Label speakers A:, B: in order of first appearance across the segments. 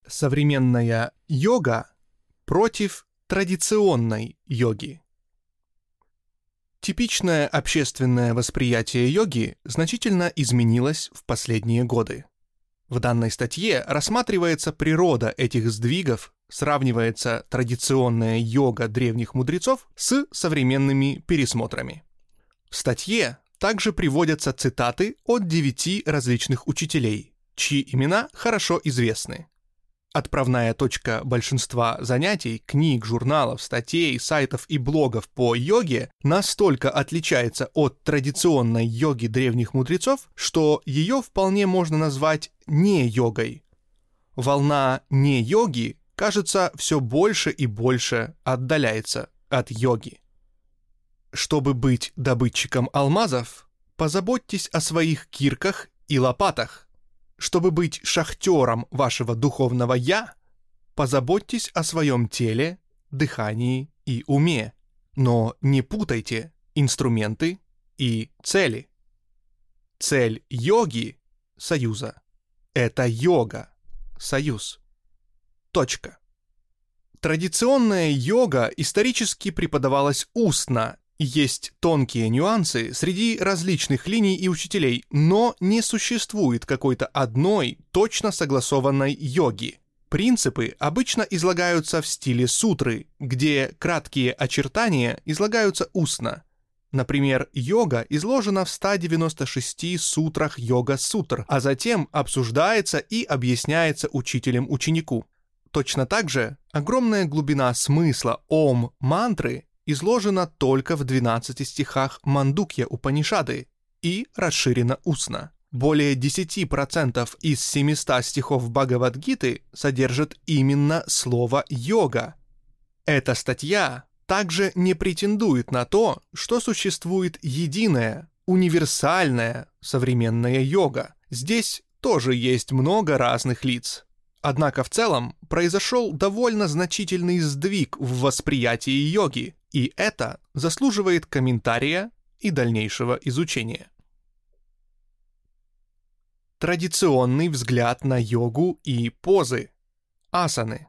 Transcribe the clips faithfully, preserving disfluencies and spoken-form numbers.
A: Современная йога против традиционной йоги. Типичное общественное восприятие йоги значительно изменилось в последние годы. В данной статье рассматривается природа этих сдвигов, сравнивается традиционная йога древних мудрецов с современными пересмотрами. В статье также приводятся цитаты от девяти различных учителей, чьи имена хорошо известны. Отправная точка большинства занятий, книг, журналов, статей, сайтов и блогов по йоге настолько отличается от традиционной йоги древних мудрецов, что ее вполне можно назвать не йогой. Волна не йоги, кажется, все больше и больше отдаляется от йоги. Чтобы быть добытчиком алмазов, позаботьтесь о своих кирках и лопатах. Чтобы быть шахтером вашего духовного «я», позаботьтесь о своем теле, дыхании и уме, но не путайте инструменты и цели. Цель йоги, союза, это йога, союз. Точка. Традиционная йога исторически преподавалась устно. Есть тонкие нюансы среди различных линий и учителей, но не существует какой-то одной точно согласованной йоги. Принципы обычно излагаются в стиле сутры, где краткие очертания излагаются устно. Например, йога изложена в ста девяноста шести сутрах йога-сутр, а затем обсуждается и объясняется учителем ученику. Точно так же огромная глубина смысла ом-мантры изложена только в двенадцати стихах Мандукья Упанишады и расширена устно. Более десять процентов из семисот стихов Бхагавад-гиты содержат именно слово «йога». Эта статья также не претендует на то, что существует единая, универсальная современная йога. Здесь тоже есть много разных лиц. Однако в целом произошел довольно значительный сдвиг в восприятии йоги, и это заслуживает комментария и дальнейшего изучения. Традиционный взгляд на йогу и позы. Асаны.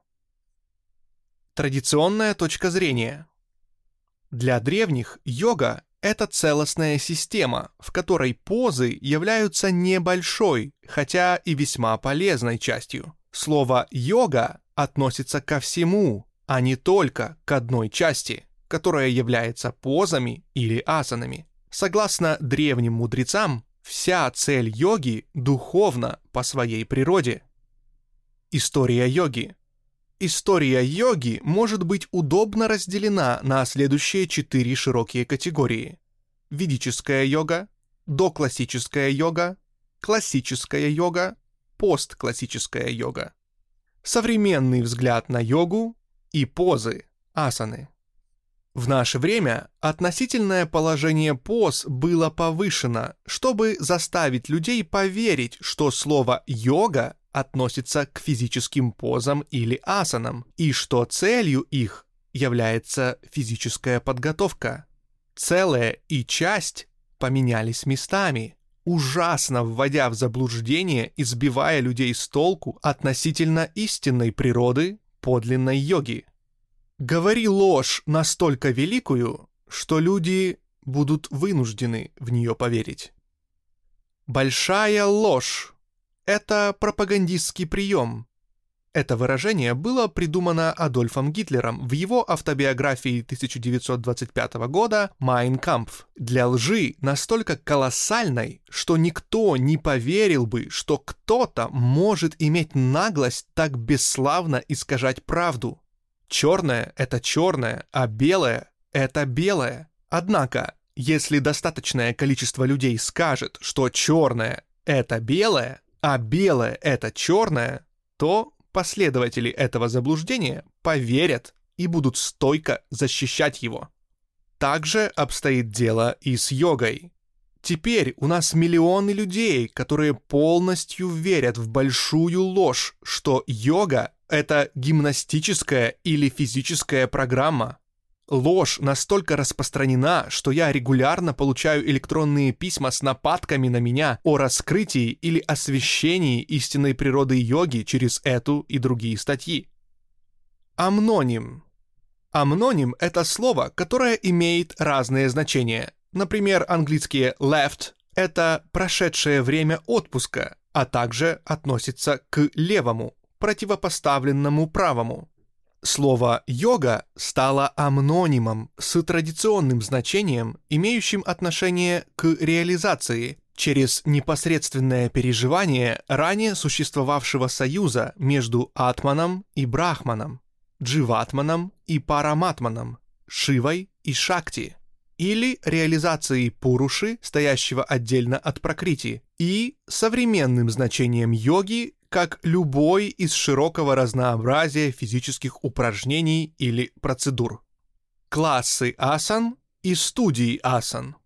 A: Традиционная точка зрения. Для древних йога – это целостная система, в которой позы являются небольшой, хотя и весьма полезной частью. Слово «йога» относится ко всему, а не только к одной части, которая является позами или асанами. Согласно древним мудрецам, вся цель йоги духовна по своей природе. История йоги. История йоги может быть удобно разделена на следующие четыре широкие категории: ведическая йога, доклассическая йога, классическая йога, постклассическая йога. Современный взгляд на йогу и позы, асаны. В наше время относительное положение поз было повышено, чтобы заставить людей поверить, что слово «йога» относится к физическим позам или асанам, и что целью их является физическая подготовка. Целое и часть поменялись местами, ужасно вводя в заблуждение и сбивая людей с толку относительно истинной природы подлинной йоги. Говори ложь настолько великую, что люди будут вынуждены в нее поверить. Большая ложь – это пропагандистский прием. Это выражение было придумано Адольфом Гитлером в его автобиографии тысяча девятьсот двадцать пятого года «Майн кампф» для лжи настолько колоссальной, что никто не поверил бы, что кто-то может иметь наглость так бесславно искажать правду. Черное – это черное, а белое – это белое. Однако, если достаточное количество людей скажет, что черное – это белое, а белое – это черное, то последователи этого заблуждения поверят и будут стойко защищать его. Также обстоит дело и с йогой. Теперь у нас миллионы людей, которые полностью верят в большую ложь, что йога – это гимнастическая или физическая программа. Ложь настолько распространена, что я регулярно получаю электронные письма с нападками на меня о раскрытии или освещении истинной природы йоги через эту и другие статьи. Амноним. Амноним — это слово, которое имеет разные значения. Например, английские left — это прошедшее время отпуска, а также относится к левому, противопоставленному правому. Слово «йога» стало амнонимом с традиционным значением, имеющим отношение к реализации через непосредственное переживание ранее существовавшего союза между атманом и брахманом, дживатманом и параматманом, шивой и шакти, или реализацией пуруши, стоящего отдельно от пракрити, и современным значением йоги как любой из широкого разнообразия физических упражнений или процедур. Классы асан и студии асан.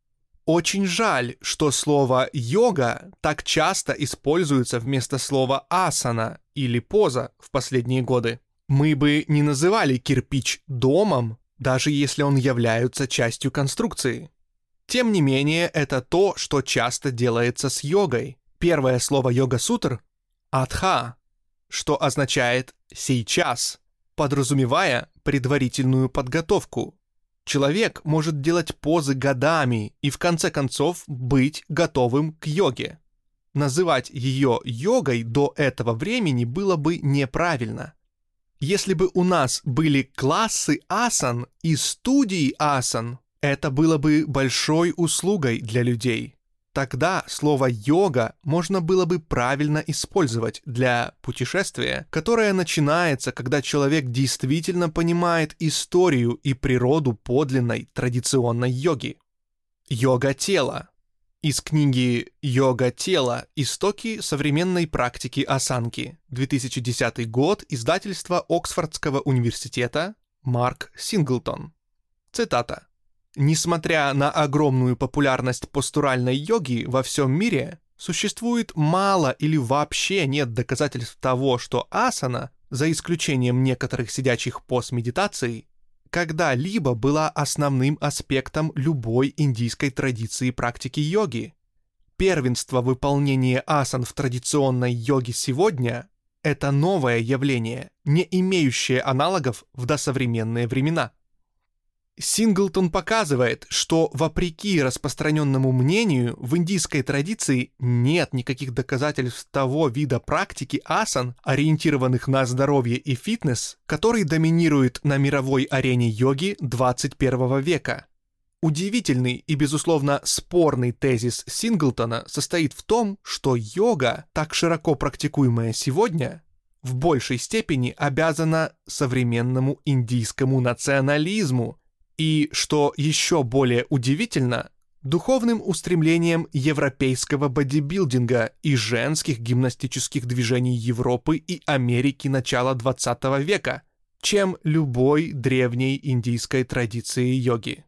A: Очень жаль, что слово «йога» так часто используется вместо слова «асана» или «поза» в последние годы. Мы бы не называли кирпич домом, даже если он является частью конструкции. Тем не менее, это то, что часто делается с йогой. Первое слово йога-сутр — «атха», что означает «сейчас», подразумевая предварительную подготовку. Человек может делать позы годами и в конце концов быть готовым к йоге. Называть ее йогой до этого времени было бы неправильно. Если бы у нас были классы асан и студии асан, это было бы большой услугой для людей. Тогда слово «йога» можно было бы правильно использовать для путешествия, которое начинается, когда человек действительно понимает историю и природу подлинной традиционной йоги. Йога тела. Из книги «Йога тела. Истоки современной практики осанки», две тысячи десятый год, издательство Оксфордского университета, Марк Синглтон. Цитата. Несмотря на огромную популярность постуральной йоги во всем мире, существует мало или вообще нет доказательств того, что асана, за исключением некоторых сидячих поз медитации, когда-либо была основным аспектом любой индийской традиции практики йоги. Первенство выполнения асан в традиционной йоге сегодня — это новое явление, не имеющее аналогов в досовременные времена. Синглтон показывает, что, вопреки распространенному мнению, в индийской традиции нет никаких доказательств того вида практики асан, ориентированных на здоровье и фитнес, который доминирует на мировой арене йоги двадцать первого века. Удивительный и, безусловно, спорный тезис Синглтона состоит в том, что йога, так широко практикуемая сегодня, в большей степени обязана современному индийскому национализму, и, что еще более удивительно, духовным устремлением европейского бодибилдинга и женских гимнастических движений Европы и Америки начала двадцатого века, чем любой древней индийской традиции йоги.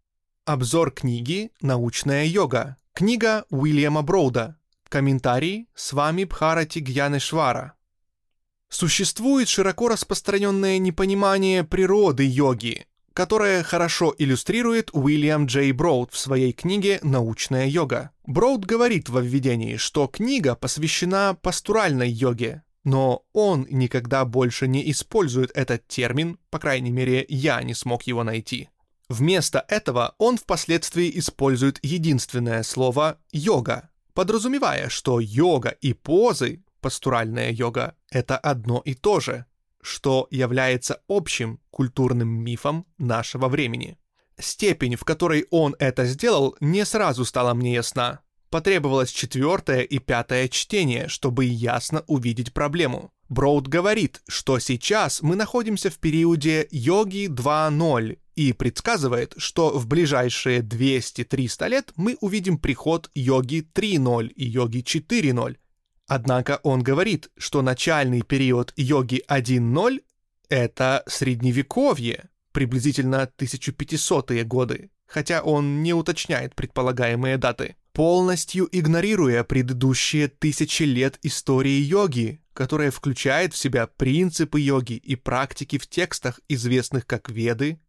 A: Обзор книги «Научная йога». Книга Уильяма Броуда. Комментарий Свами Бхарати Гьянешвара. Существует широко распространенное непонимание природы йоги, которое хорошо иллюстрирует Уильям Джей Броуд в своей книге «Научная йога». Броуд говорит во введении, что книга посвящена постуральной йоге, но он никогда больше не использует этот термин, по крайней мере, я не смог его найти. Вместо этого он впоследствии использует единственное слово «йога», подразумевая, что йога и позы, постуральная йога, это одно и то же, что является общим культурным мифом нашего времени. Степень, в которой он это сделал, не сразу стала мне ясна. Потребовалось четвертое и пятое чтение, чтобы ясно увидеть проблему. Броуд говорит, что сейчас мы находимся в периоде йоги два ноль и предсказывает, что в ближайшие двести-триста лет мы увидим приход йоги три ноль и йоги четыре ноль. Однако он говорит, что начальный период йоги один ноль — это средневековье, приблизительно тысяча пятисотые годы, хотя он не уточняет предполагаемые даты, полностью игнорируя предыдущие тысячи лет истории йоги, которая включает в себя принципы йоги и практики в текстах, известных как Веды,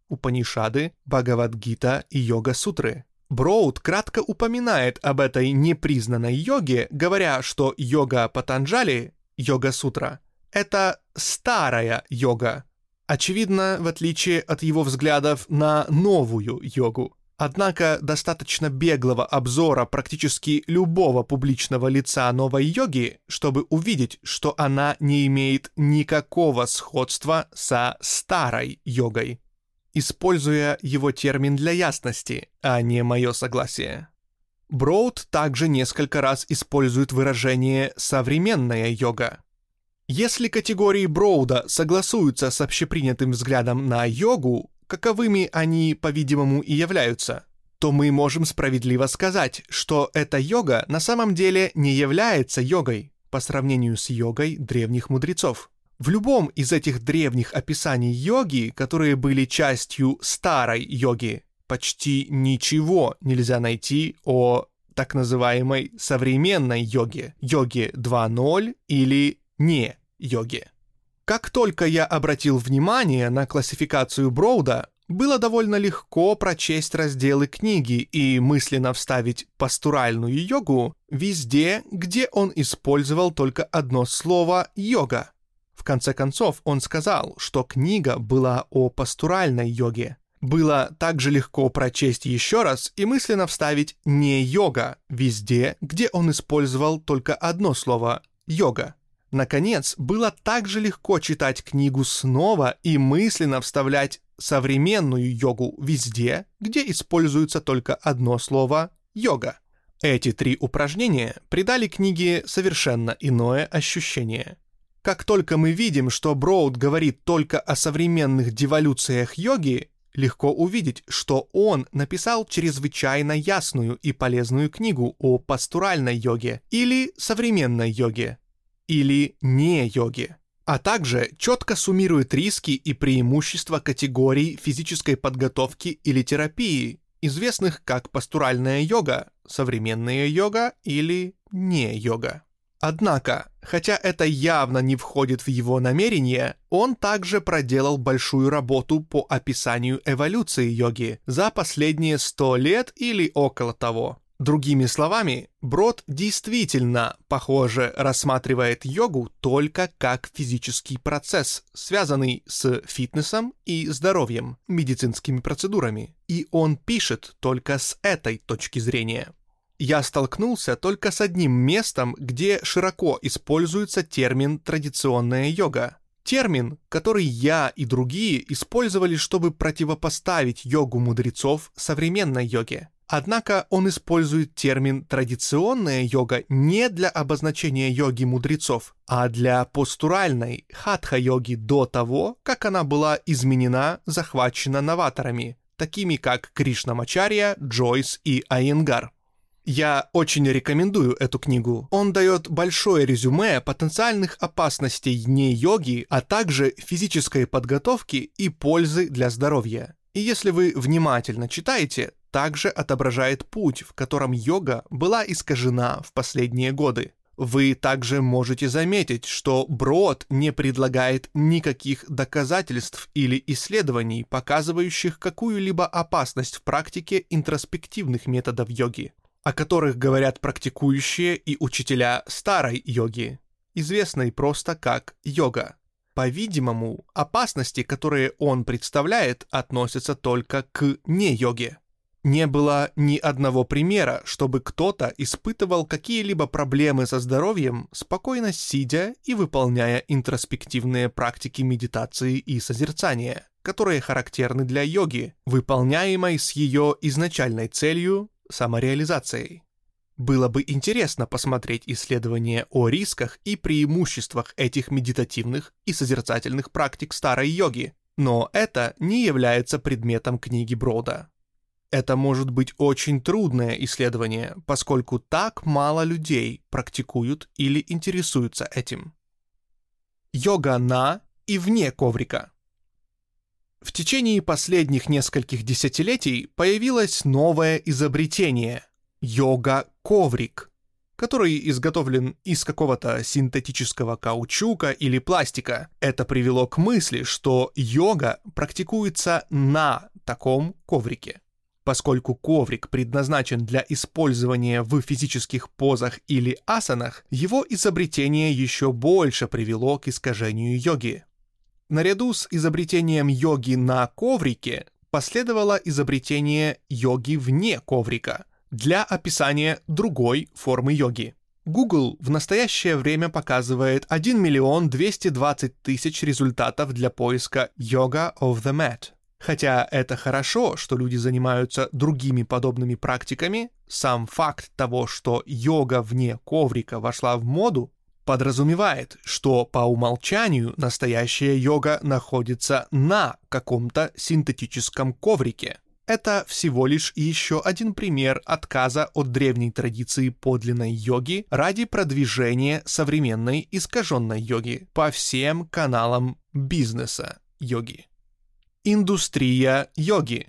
A: Упанишады, Бхагавад-гита и Йога-сутры. Броуд кратко упоминает об этой непризнанной йоге, говоря, что йога Патанджали, Йога-сутра, это старая йога. Очевидно, в отличие от его взглядов на новую йогу. Однако достаточно беглого обзора практически любого публичного лица новой йоги, чтобы увидеть, что она не имеет никакого сходства со старой йогой. Используя его термин для ясности, а не мое согласие. Броуд также несколько раз использует выражение «современная йога». Если категории Броуда согласуются с общепринятым взглядом на йогу, каковыми они, по-видимому, и являются, то мы можем справедливо сказать, что эта йога на самом деле не является йогой по сравнению с йогой древних мудрецов. В любом из этих древних описаний йоги, которые были частью старой йоги, почти ничего нельзя найти о так называемой современной йоге, йоге два ноль или не йоге. Как только я обратил внимание на классификацию Броуда, было довольно легко прочесть разделы книги и мысленно вставить пастуральную йогу везде, где он использовал только одно слово «йога». В конце концов, он сказал, что книга была о пастуральной йоге. Было также легко прочесть еще раз и мысленно вставить «не йога» везде, где он использовал только одно слово «йога». Наконец, было также легко читать книгу снова и мысленно вставлять современную йогу везде, где используется только одно слово «йога». Эти три упражнения придали книге совершенно иное ощущение. Как только мы видим, что Броуд говорит только о современных деволюциях йоги, легко увидеть, что он написал чрезвычайно ясную и полезную книгу о пастуральной йоге или современной йоге, или не йоге, а также четко суммирует риски и преимущества категорий физической подготовки или терапии, известных как пастуральная йога, современная йога или не йога. Однако, хотя это явно не входит в его намерение, он также проделал большую работу по описанию эволюции йоги за последние сто лет или около того. Другими словами, Брод действительно, похоже, рассматривает йогу только как физический процесс, связанный с фитнесом и здоровьем, медицинскими процедурами. И он пишет только с этой точки зрения. Я столкнулся только с одним местом, где широко используется термин «традиционная йога». Термин, который я и другие использовали, чтобы противопоставить йогу мудрецов современной йоге. Однако он использует термин «традиционная йога» не для обозначения йоги мудрецов, а для постуральной хатха-йоги до того, как она была изменена, захвачена новаторами, такими как Кришнамачарья, Джойс и Айенгар. Я очень рекомендую эту книгу. Он дает большое резюме потенциальных опасностей не-йоги, а также физической подготовки и пользы для здоровья. И если вы внимательно читаете, также отображает путь, в котором йога была искажена в последние годы. Вы также можете заметить, что Брод не предлагает никаких доказательств или исследований, показывающих какую-либо опасность в практике интроспективных методов йоги, о которых говорят практикующие и учителя старой йоги, известной просто как йога. По-видимому, опасности, которые он представляет, относятся только к не-йоге. Не было ни одного примера, чтобы кто-то испытывал какие-либо проблемы со здоровьем, спокойно сидя и выполняя интроспективные практики медитации и созерцания, которые характерны для йоги, выполняемой с ее изначальной целью – самореализацией. Было бы интересно посмотреть исследования о рисках и преимуществах этих медитативных и созерцательных практик старой йоги, но это не является предметом книги Брода. Это может быть очень трудное исследование, поскольку так мало людей практикуют или интересуются этим. Йога на и вне коврика. В течение последних нескольких десятилетий появилось новое изобретение – йога-коврик. который изготовлен из какого-то синтетического каучука или пластика. Это привело к мысли, что йога практикуется на таком коврике. Поскольку коврик предназначен для использования в физических позах или асанах, его изобретение еще больше привело к искажению йоги. Наряду с изобретением йоги на коврике последовало изобретение йоги вне коврика для описания другой формы йоги. Google в настоящее время показывает один миллион двести двадцать тысяч результатов для поиска «Yoga of the Mat». Хотя это хорошо, что люди занимаются другими подобными практиками, сам факт того, что йога вне коврика вошла в моду, подразумевает, что по умолчанию настоящая йога находится на каком-то синтетическом коврике. Это всего лишь еще один пример отказа от древней традиции подлинной йоги ради продвижения современной искаженной йоги по всем каналам бизнеса йоги. Индустрия йоги.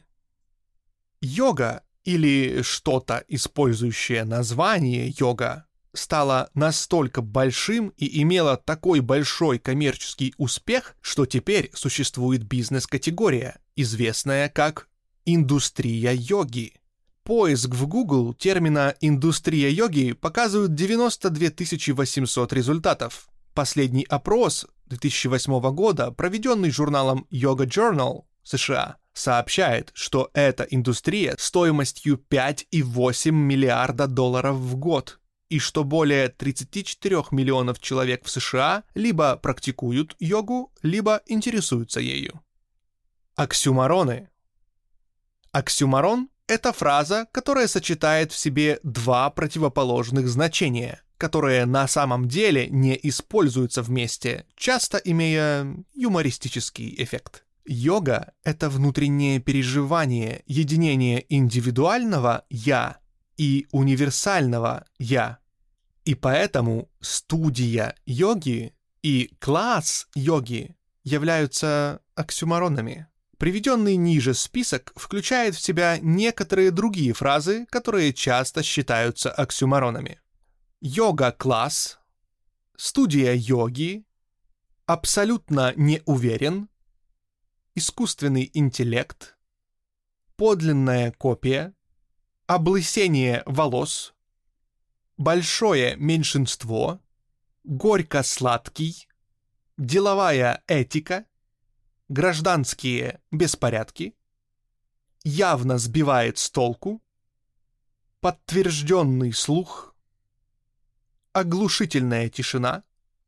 A: Йога, или что-то, использующее название йога, стала настолько большим и имела такой большой коммерческий успех, что теперь существует бизнес-категория, известная как индустрия йоги. Поиск в Google термина «индустрия йоги» показывает девяносто две тысячи восемьсот результатов. Последний опрос две тысячи восьмого года, проведенный журналом Yoga Journal США, сообщает, что эта индустрия стоимостью пять целых восемь десятых миллиарда долларов в год, и что более тридцать четыре миллионов человек в США либо практикуют йогу, либо интересуются ею. Оксюмороны. Оксюморон — это фраза, которая сочетает в себе два противоположных значения, которые на самом деле не используются вместе, часто имея юмористический эффект. Йога — это внутреннее переживание единения индивидуального «я» и универсального «я». И поэтому студия йоги и класс йоги являются оксюморонами. Приведенный ниже список включает в себя некоторые другие фразы, которые часто считаются оксюморонами. Йога-класс, студия йоги, абсолютно не уверен, искусственный интеллект, подлинная копия, облысение волос, большое меньшинство, горько-сладкий, деловая этика, гражданские беспорядки, явно сбивает с толку, подтвержденный слух, оглушительная тишина,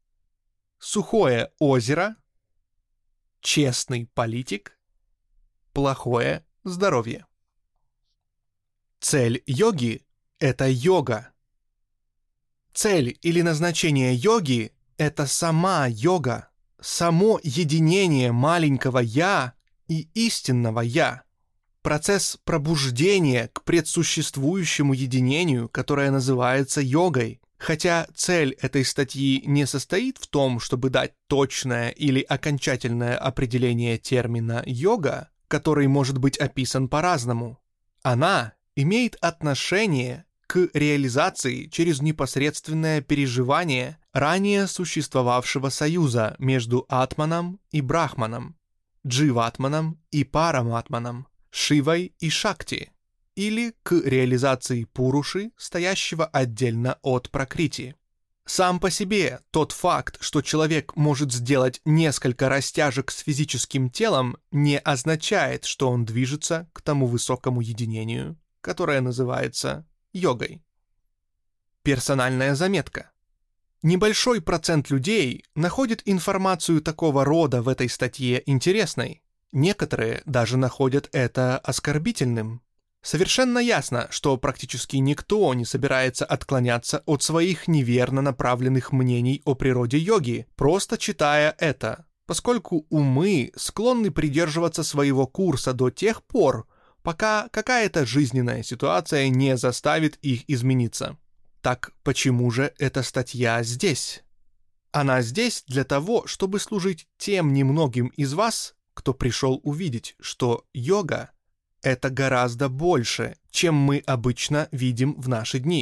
A: сухое озеро, честный политик, плохое здоровье. Цель йоги — это йога. Цель или назначение йоги — это сама йога, само единение маленького «я» и истинного «я». Процесс пробуждения к предсуществующему единению, которое называется йогой. Хотя цель этой статьи не состоит в том, чтобы дать точное или окончательное определение термина «йога», который может быть описан по-разному. Она имеет отношение к реализации через непосредственное переживание ранее существовавшего союза между Атманом и Брахманом, Дживатманом и Параматманом, Шивой и Шакти, или к реализации Пуруши, стоящего отдельно от Пракрити. Сам по себе тот факт, что человек может сделать несколько растяжек с физическим телом, не означает, что он движется к тому высокому единению, которое называется йогой. Персональная заметка. Небольшой процент людей находит информацию такого рода в этой статье интересной. Некоторые даже находят это оскорбительным. Совершенно ясно, что практически никто не собирается отклоняться от своих неверно направленных мнений о природе йоги, просто читая это, поскольку умы склонны придерживаться своего курса до тех пор, пока какая-то жизненная ситуация не заставит их измениться. Так почему же эта статья здесь? Она здесь для того, чтобы служить тем немногим из вас, кто пришел увидеть, что йога — это гораздо больше, чем мы обычно видим в наши дни.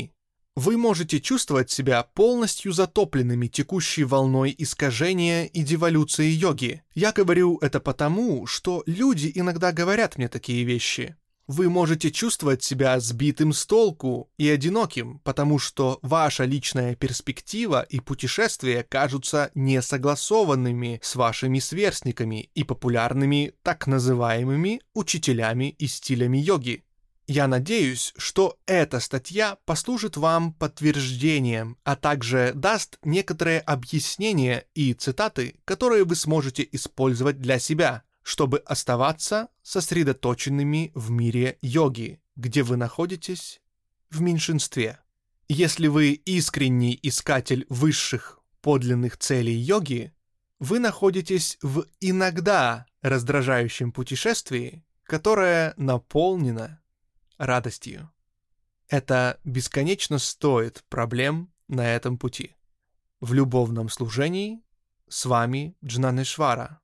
A: Вы можете чувствовать себя полностью затопленными текущей волной искажения и деволюции йоги. Я говорю это потому, что люди иногда говорят мне такие вещи. Вы можете чувствовать себя сбитым с толку и одиноким, потому что ваша личная перспектива и путешествия кажутся несогласованными с вашими сверстниками и популярными так называемыми учителями и стилями йоги. Я надеюсь, что эта статья послужит вам подтверждением, а также даст некоторые объяснения и цитаты, которые вы сможете использовать для себя, чтобы оставаться сосредоточенными в мире йоги, где вы находитесь в меньшинстве. Если вы искренний искатель высших подлинных целей йоги, вы находитесь в иногда раздражающем путешествии, которое наполнено радостью. Это бесконечно стоит проблем на этом пути. В любовном служении с вами Джнанешвара.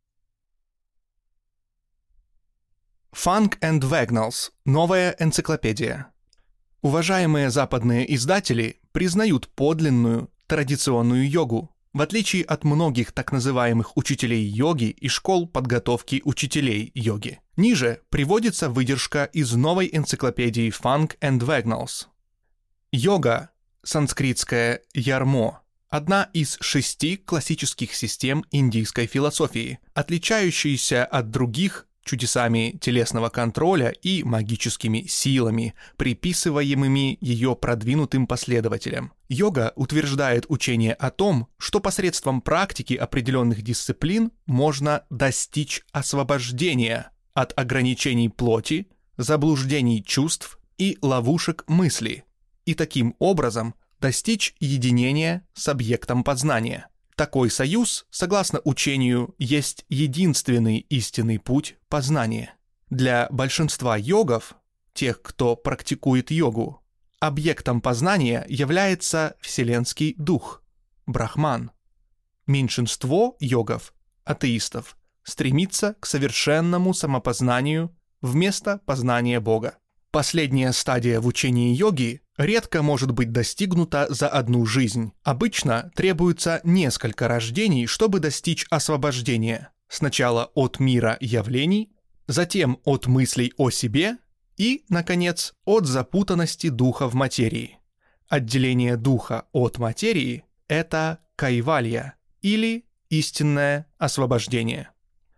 A: Funk and Wagnalls. Новая энциклопедия. Уважаемые западные издатели признают подлинную, традиционную йогу, в отличие от многих так называемых учителей йоги и школ подготовки учителей йоги. Ниже приводится выдержка из новой энциклопедии Funk and Wagnalls. Йога, санскритское ярмо, одна из шести классических систем индийской философии, отличающаяся от других чудесами телесного контроля и магическими силами, приписываемыми ее продвинутым последователям. Йога утверждает учение о том, что посредством практики определенных дисциплин можно достичь освобождения от ограничений плоти, заблуждений чувств и ловушек мысли, и таким образом достичь единения с объектом познания. Такой союз, согласно учению, есть единственный истинный путь познания. Для большинства йогов, тех, кто практикует йогу, объектом познания является Вселенский Дух, Брахман. Меньшинство йогов, атеистов, стремится к совершенному самопознанию вместо познания Бога. Последняя стадия в учении йоги редко может быть достигнута за одну жизнь. Обычно требуется несколько рождений, чтобы достичь освобождения. Сначала от мира явлений, затем от мыслей о себе и, наконец, от запутанности духа в материи. Отделение духа от материи – это кайвалья или истинное освобождение.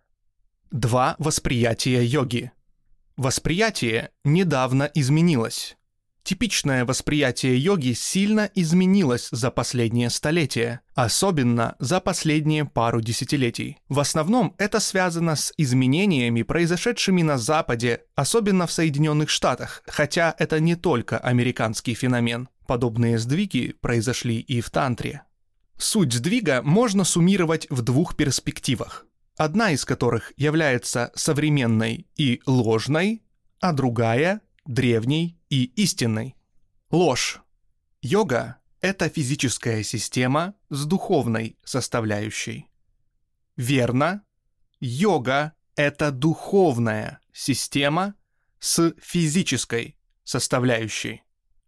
A: Два восприятия йоги. Восприятие недавно изменилось. Типичное восприятие йоги сильно изменилось за последние столетия, особенно за последние пару десятилетий. В основном это связано с изменениями, произошедшими на Западе, особенно в Соединенных Штатах, хотя это не только американский феномен. Подобные сдвиги произошли и в тантре. Суть сдвига можно суммировать в двух перспективах, одна из которых является современной и ложной, а другая – древней и истинной. Ложь. Йога – это физическая система с духовной составляющей. Верно. Йога – это духовная система с физической составляющей.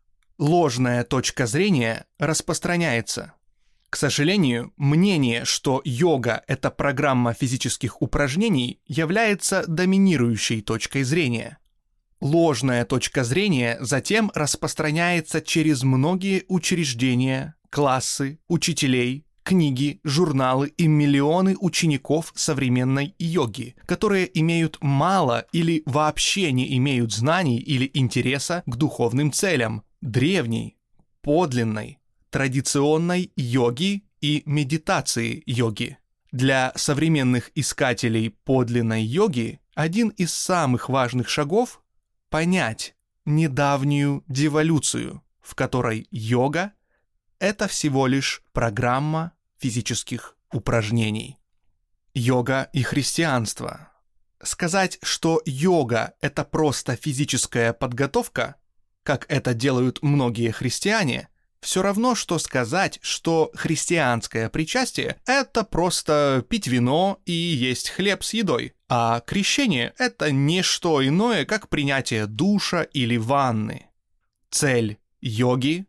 A: Ложная точка зрения распространяется. К сожалению, мнение, что йога – это программа физических упражнений, является доминирующей точкой зрения. Ложная точка зрения затем распространяется через многие учреждения, классы, учителей, книги, журналы и миллионы учеников современной йоги, которые имеют мало или вообще не имеют знаний или интереса к духовным целям древней, подлинной, традиционной йоги и медитации йоги. Для современных искателей подлинной йоги один из самых важных шагов – понять недавнюю деволюцию, в которой йога – это всего лишь программа физических упражнений. Йога и христианство. Сказать, что йога – это просто физическая подготовка, как это делают многие христиане, все равно, что сказать, что христианское причастие – это просто пить вино и есть хлеб с едой, а крещение – это не что иное, как принятие душа или ванны. Цель йоги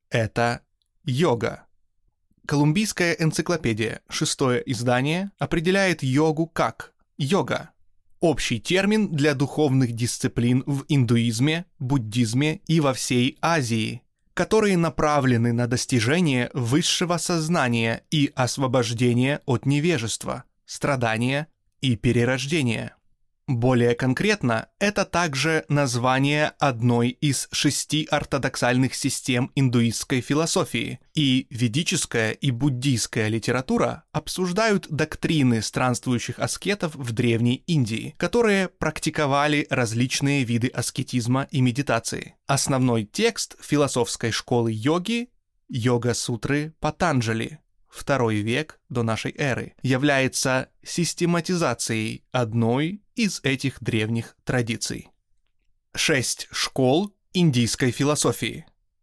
A: — это йога. Колумбийская энциклопедия, шестое издание, определяет йогу как йога – общий термин для духовных дисциплин в индуизме, буддизме и во всей Азии, которые направлены на достижение высшего сознания и освобождение от невежества, страдания и перерождения. Более конкретно, это также название одной из шести ортодоксальных систем индуистской философии, и ведическая и буддийская литература обсуждают доктрины странствующих аскетов в Древней Индии, которые практиковали различные виды аскетизма и медитации. Основной текст философской школы йоги – Йога-сутры Патанджали, второй век до нашей эры, является систематизацией одной из этих древних традиций. Шесть школ индийской философии.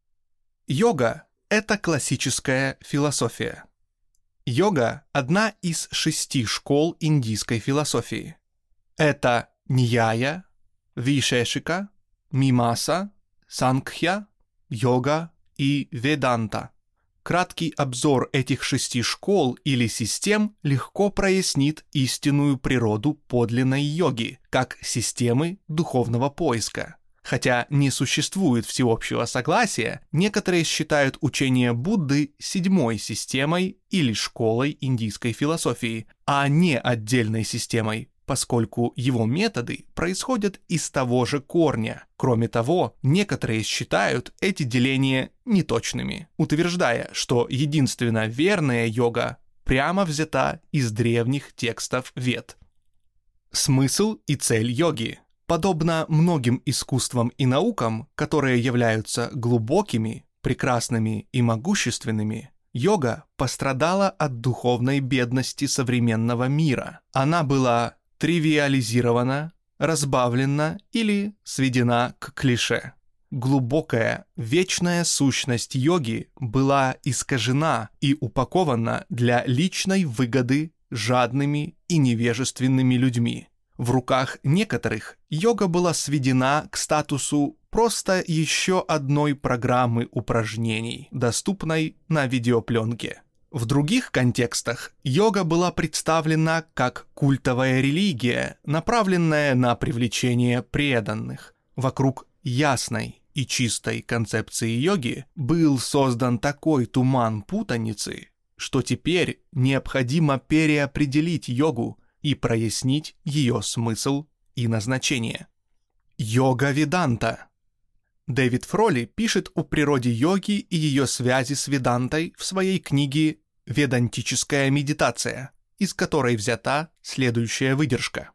A: Йога – это классическая философия. Йога – одна из шести школ индийской философии. Это Ньяя, Вишешика, Мимаса, Сангхья, Йога и Веданта. Краткий обзор этих шести школ или систем легко прояснит истинную природу подлинной йоги, как системы духовного поиска. Хотя не существует всеобщего согласия, некоторые считают учение Будды седьмой системой или школой индийской философии, а не отдельной системой, поскольку его методы происходят из того же корня. Кроме того, некоторые считают эти деления неточными, утверждая, что единственно верная йога прямо взята из древних текстов Вед. Смысл и цель йоги. Подобно многим искусствам и наукам, которые являются глубокими, прекрасными и могущественными, йога пострадала от духовной бедности современного мира. Она была тривиализирована, разбавлена или сведена к клише. Глубокая, вечная сущность йоги была искажена и упакована для личной выгоды жадными и невежественными людьми. В руках некоторых йога была сведена к статусу просто еще одной программы упражнений, доступной на видеопленке. В других контекстах йога была представлена как культовая религия, направленная на привлечение преданных. Вокруг ясной и чистой концепции йоги был создан такой туман путаницы, что теперь необходимо переопределить йогу и прояснить ее смысл и назначение. Йога-веданта. Дэвид Фроли пишет о природе йоги и ее связи с ведантой в своей книге «Ведантическая медитация», из которой взята следующая выдержка.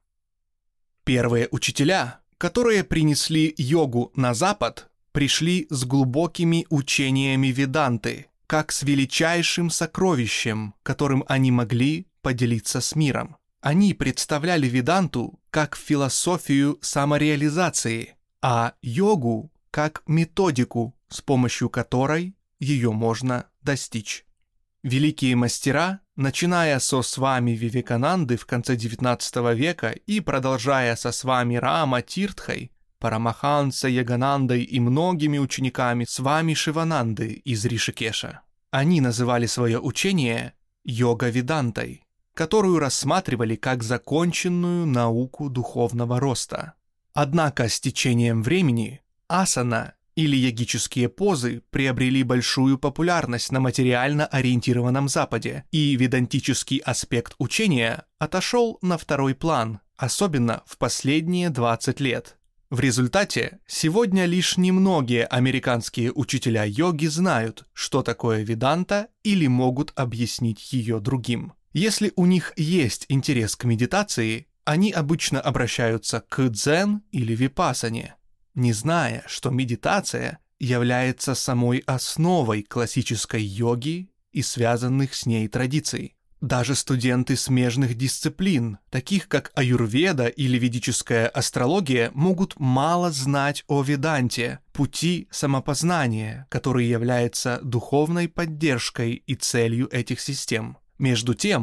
A: Первые учителя, которые принесли йогу на Запад, пришли с глубокими учениями веданты, как с величайшим сокровищем, которым они могли поделиться с миром. Они представляли веданту как философию самореализации, а йогу как методику, с помощью которой ее можно достичь. Великие мастера, начиная со Свами Вивекананды в конце девятнадцатого века и продолжая со Свами Рама Тиртхой, Парамаханса Яганандой и многими учениками Свами Шивананды из Ришикеша, они называли свое учение йога-ведантой, которую рассматривали как законченную науку духовного роста. Однако с течением времени асана или йогические позы приобрели большую популярность на материально ориентированном Западе, и ведантический аспект учения отошел на второй план, особенно в последние двадцать лет. В результате сегодня лишь немногие американские учителя йоги знают, что такое веданта, или могут объяснить ее другим. Если у них есть интерес к медитации, они обычно обращаются к дзен или випассане, не зная, что медитация является самой основой классической йоги и связанных с ней традиций. Даже студенты смежных дисциплин, таких как аюрведа или ведическая астрология, могут мало знать о веданте, пути самопознания, который является духовной поддержкой и целью этих систем. Между тем,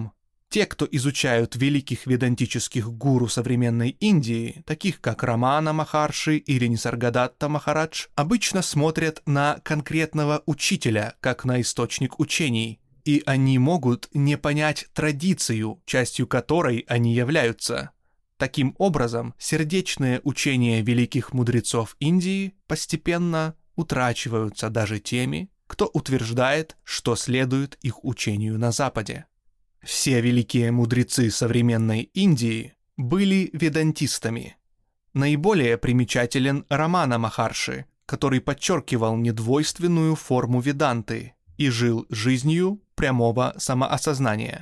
A: Те, кто изучают великих ведантических гуру современной Индии, таких как Рамана Махарши или Нисаргадатта Махарадж, обычно смотрят на конкретного учителя, как на источник учений, и они могут не понять традицию, частью которой они являются. Таким образом, сердечные учения великих мудрецов Индии постепенно утрачиваются даже теми, кто утверждает, что следует их учению на Западе. Все великие мудрецы современной Индии были ведантистами. Наиболее примечателен Рамана Махарши, который подчеркивал недвойственную форму веданты и жил жизнью прямого самоосознания.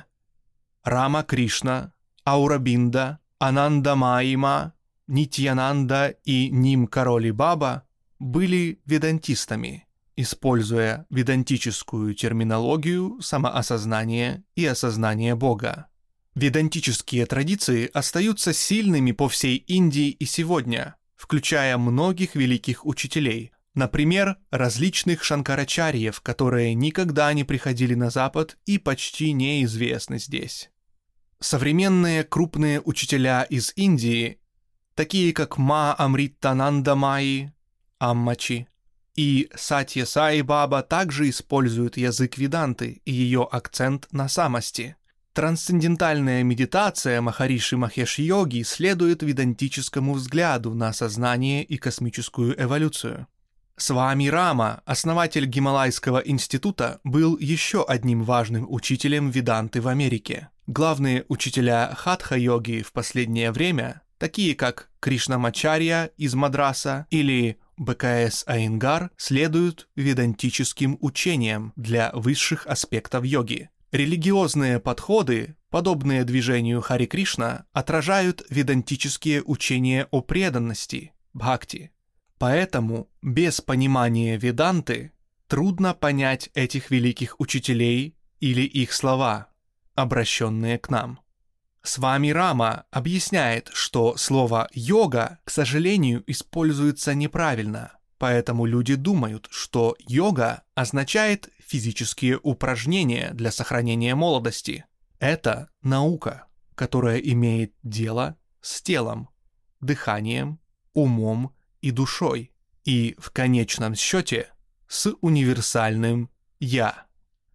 A: Рама Кришна, Аурабинда, Ананда Майма, Нитьянанда и Ним Кароли Баба были ведантистами, используя ведантическую терминологию самоосознания и осознания Бога. Ведантические традиции остаются сильными по всей Индии и сегодня, включая многих великих учителей, например, различных шанкарачарьев, которые никогда не приходили на Запад и почти неизвестны здесь. Современные крупные учителя из Индии, такие как Ма Амриттананда Майи, Аммачи, и Сатья Сай Баба, также используют язык веданты и ее акцент на самости. Трансцендентальная медитация Махариши Махеш Йоги следует ведантическому взгляду на сознание и космическую эволюцию. Свами Рама, основатель Гималайского института, был еще одним важным учителем веданты в Америке. Главные учителя хатха-йоги в последнее время, такие как Кришнамачарья из Мадраса или бэ ка эс Айенгар, следуют ведантическим учениям для высших аспектов йоги. Религиозные подходы, подобные движению Хари Кришна, отражают ведантические учения о преданности, бхакти. Поэтому без понимания веданты трудно понять этих великих учителей или их слова, обращенные к нам. Свами Рама объясняет, что слово «йога», к сожалению, используется неправильно, поэтому люди думают, что йога означает физические упражнения для сохранения молодости. Это наука, которая имеет дело с телом, дыханием, умом и душой, и в конечном счете с универсальным «я».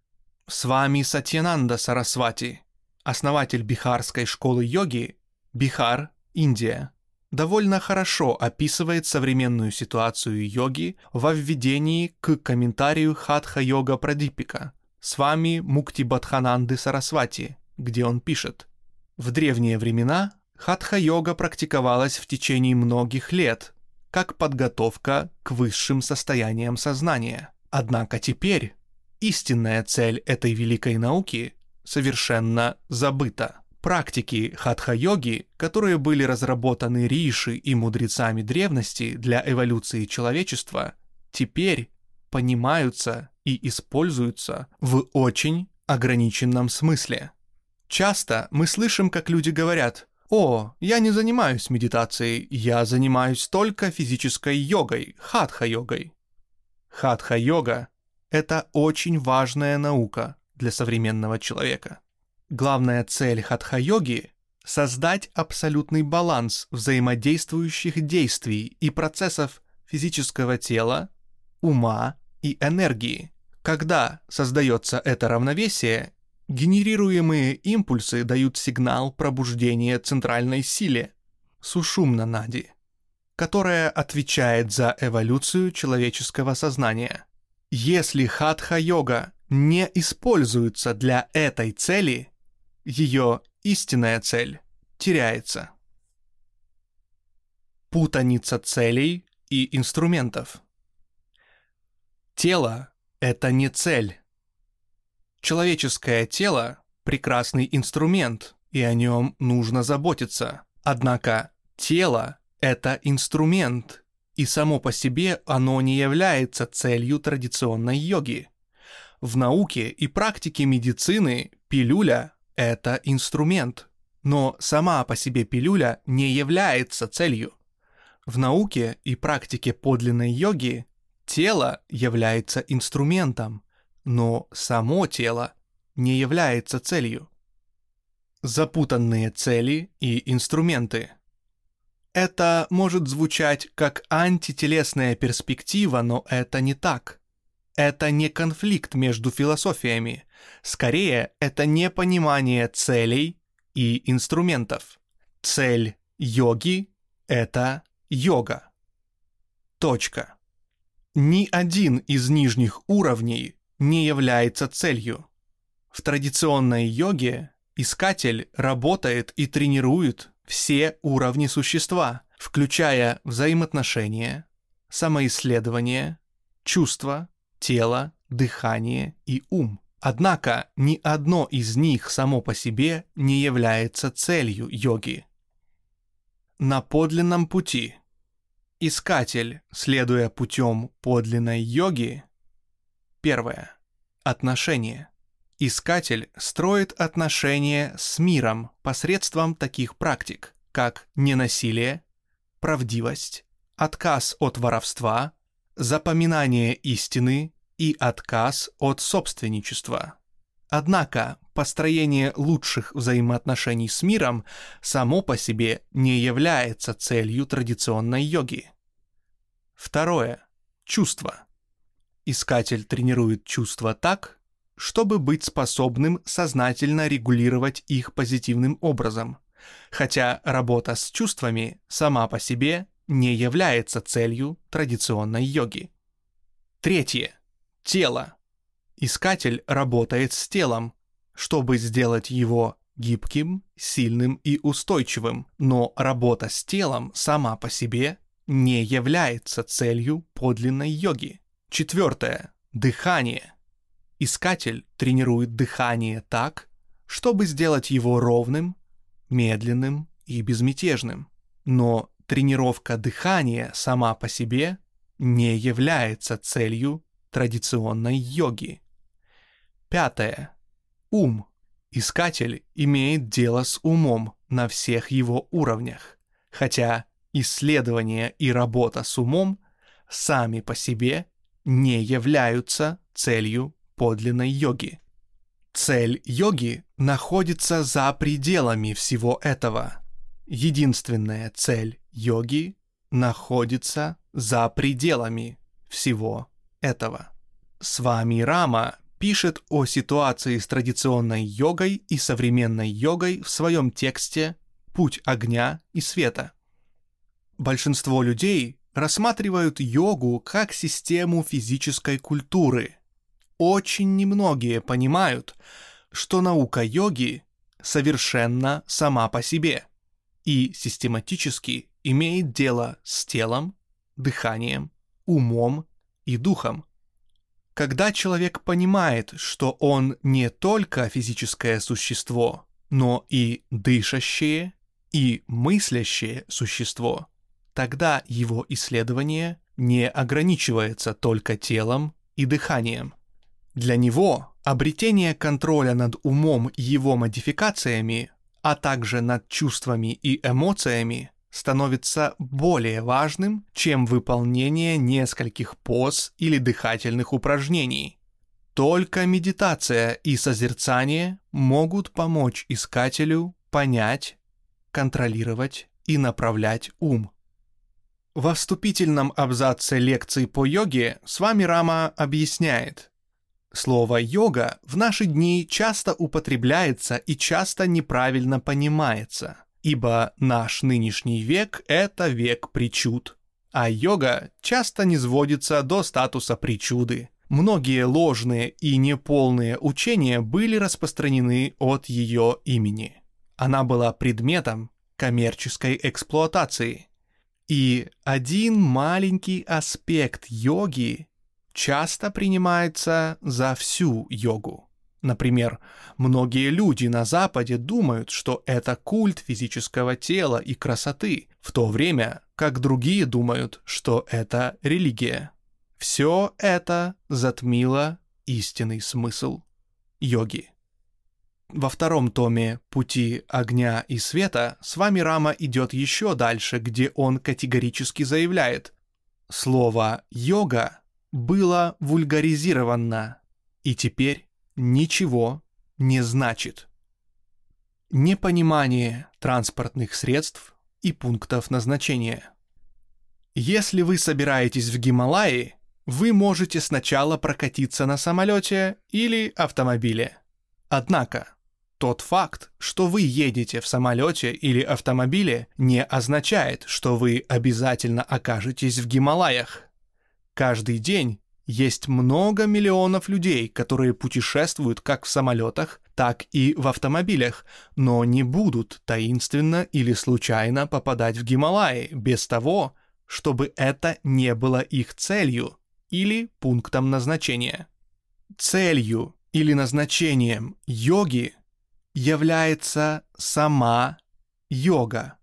A: Свами Сатьянанда Сарасвати, основатель бихарской школы йоги, Бихар, Индия, довольно хорошо описывает современную ситуацию йоги во введении к комментарию Хатха-йога Прадипика Свами Муктибадхананды Сарасвати, где он пишет: «В древние времена хатха-йога практиковалась в течение многих лет, как подготовка к высшим состояниям сознания. Однако теперь истинная цель этой великой науки совершенно забыта. Практики хатха-йоги, которые были разработаны риши и мудрецами древности для эволюции человечества, теперь понимаются и используются в очень ограниченном смысле. Часто мы слышим, как люди говорят: «О, я не занимаюсь медитацией, я занимаюсь только физической йогой, хатха-йогой». Хатха-йога – это очень важная наука для современного человека. Главная цель хатха-йоги – создать абсолютный баланс взаимодействующих действий и процессов физического тела, ума и энергии. Когда создается это равновесие, генерируемые импульсы дают сигнал пробуждения центральной силе – сушумна нади, которая отвечает за эволюцию человеческого сознания. Если хатха-йога не используется для этой цели, ее истинная цель теряется. Путаница целей и инструментов. Тело – это не цель. Человеческое тело – прекрасный инструмент, и о нем нужно заботиться. Однако тело – это инструмент, и само по себе оно не является целью традиционной йоги. В науке и практике медицины пилюля – это инструмент, но сама по себе пилюля не является целью. В науке и практике подлинной йоги тело является инструментом, но само тело не является целью. запутанные цели и инструменты. Это может звучать как антителесная перспектива, но это не так. Это не конфликт между философиями. Скорее, это непонимание целей и инструментов. Цель йоги — это йога. Точка. Ни один из нижних уровней не является целью. В традиционной йоге искатель работает и тренирует все уровни существа, включая взаимоотношения, самоисследование, чувства, тело, дыхание и ум. Однако ни одно из них само по себе не является целью йоги. На подлинном пути искатель, следуя путем подлинной йоги, первое. Отношения. Искатель строит отношения с миром посредством таких практик, как ненасилие, правдивость, отказ от воровства, запоминание истины и отказ от собственничества. Однако построение лучших взаимоотношений с миром само по себе не является целью традиционной йоги. Второе. Чувства. Искатель тренирует чувства так, чтобы быть способным сознательно регулировать их позитивным образом, хотя работа с чувствами сама по себе не является целью традиционной йоги. Третье. Тело. Искатель работает с телом, чтобы сделать его гибким, сильным и устойчивым, но работа с телом сама по себе не является целью подлинной йоги. Четвертое. Дыхание. Искатель тренирует дыхание так, чтобы сделать его ровным, медленным и безмятежным. Но тренировка дыхания сама по себе не является целью традиционной йоги. Пятое. Ум. Искатель имеет дело с умом на всех его уровнях, хотя исследование и работа с умом сами по себе не являются целью подлинной йоги. Цель йоги находится за пределами всего этого. Единственная цель йоги находится за пределами всего этого. Свами Рама пишет о ситуации с традиционной йогой и современной йогой в своем тексте «Путь огня и света». Большинство людей рассматривают йогу как систему физической культуры. Очень немногие понимают, что наука йоги совершенна сама по себе и систематически имеет дело с телом, дыханием, умом и духом. Когда человек понимает, что он не только физическое существо, но и дышащее, и мыслящее существо, тогда его исследование не ограничивается только телом и дыханием. Для него обретение контроля над умом и его модификациями, а также над чувствами и эмоциями, становится более важным, чем выполнение нескольких поз или дыхательных упражнений. Только медитация и созерцание могут помочь искателю понять, контролировать и направлять ум. Во вступительном абзаце лекции по йоге Свами Рама объясняет: слово «йога» в наши дни часто употребляется и часто неправильно понимается, ибо наш нынешний век — это век причуд, а йога часто низводится до статуса причуды. Многие ложные и неполные учения были распространены от ее имени. Она была предметом коммерческой эксплуатации. И один маленький аспект йоги часто принимается за всю йогу. Например, многие люди на Западе думают, что это культ физического тела и красоты, в то время как другие думают, что это религия. Все это затмило истинный смысл йоги. Во втором томе «Пути огня и света» Свами Рама идет еще дальше, где он категорически заявляет: слово «йога» было вульгаризировано и теперь ничего не значит. Непонимание транспортных средств и пунктов назначения. Если вы собираетесь в Гималаи, вы можете сначала прокатиться на самолете или автомобиле. Однако, тот факт, что вы едете в самолете или автомобиле, не означает, что вы обязательно окажетесь в Гималаях. Каждый день есть много миллионов людей, которые путешествуют как в самолетах, так и в автомобилях, но не будут таинственно или случайно попадать в Гималаи без того, чтобы это не было их целью или пунктом назначения. Целью или назначением йоги является сама йога,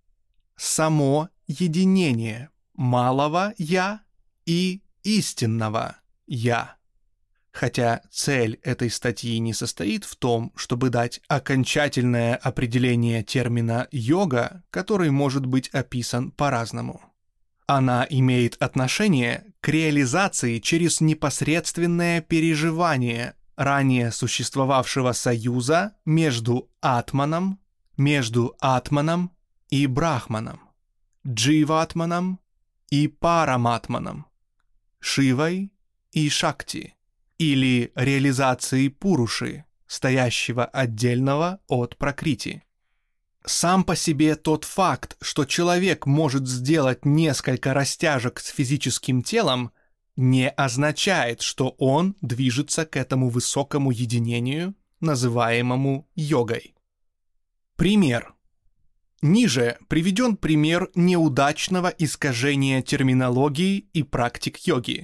A: само единение малого «я» и истинного «я». Хотя цель этой статьи не состоит в том, чтобы дать окончательное определение термина «йога», который может быть описан по-разному. Она имеет отношение к реализации через непосредственное переживание ранее существовавшего союза между атманом, между атманом и брахманом, дживатманом и параматманом, шивой и шакти, или реализации пуруши, стоящего отдельного от пракрити. Сам по себе тот факт, что человек может сделать несколько растяжек с физическим телом, не означает, что он движется к этому высокому единению, называемому йогой. Пример. Ниже приведен пример неудачного искажения терминологии и практик йоги.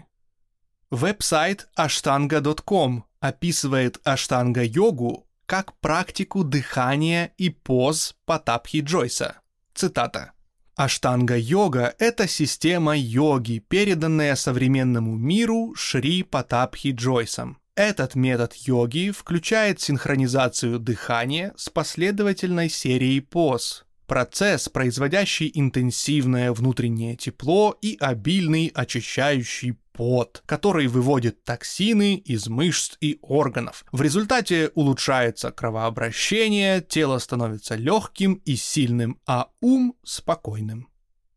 A: Веб-сайт аштанга точка ком описывает аштанга-йогу как практику дыхания и поз Патабхи Джойса. Цитата. Аштанга-йога – это система йоги, переданная современному миру Шри Патабхи Джойсом. Этот метод йоги включает синхронизацию дыхания с последовательной серией поз. Процесс, производящий интенсивное внутреннее тепло и обильный очищающий пот, который выводит токсины из мышц и органов. В результате улучшается кровообращение, тело становится легким и сильным, а ум спокойным.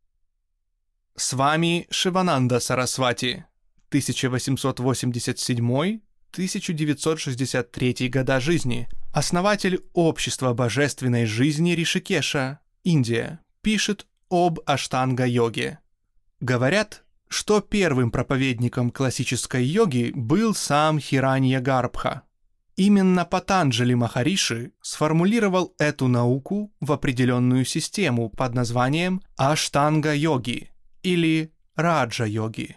A: С вами Шивананда Сарасвати, тысяча восемьсот восемьдесят седьмой — тысяча девятьсот шестьдесят третий года жизни, основатель Общества божественной жизни Ришикеша, Индия, пишет об аштанга-йоге. Говорят, что первым проповедником классической йоги был сам Хираньягарбха. Именно Патанджали Махариши сформулировал эту науку в определенную систему под названием аштанга-йоги или раджа-йоги.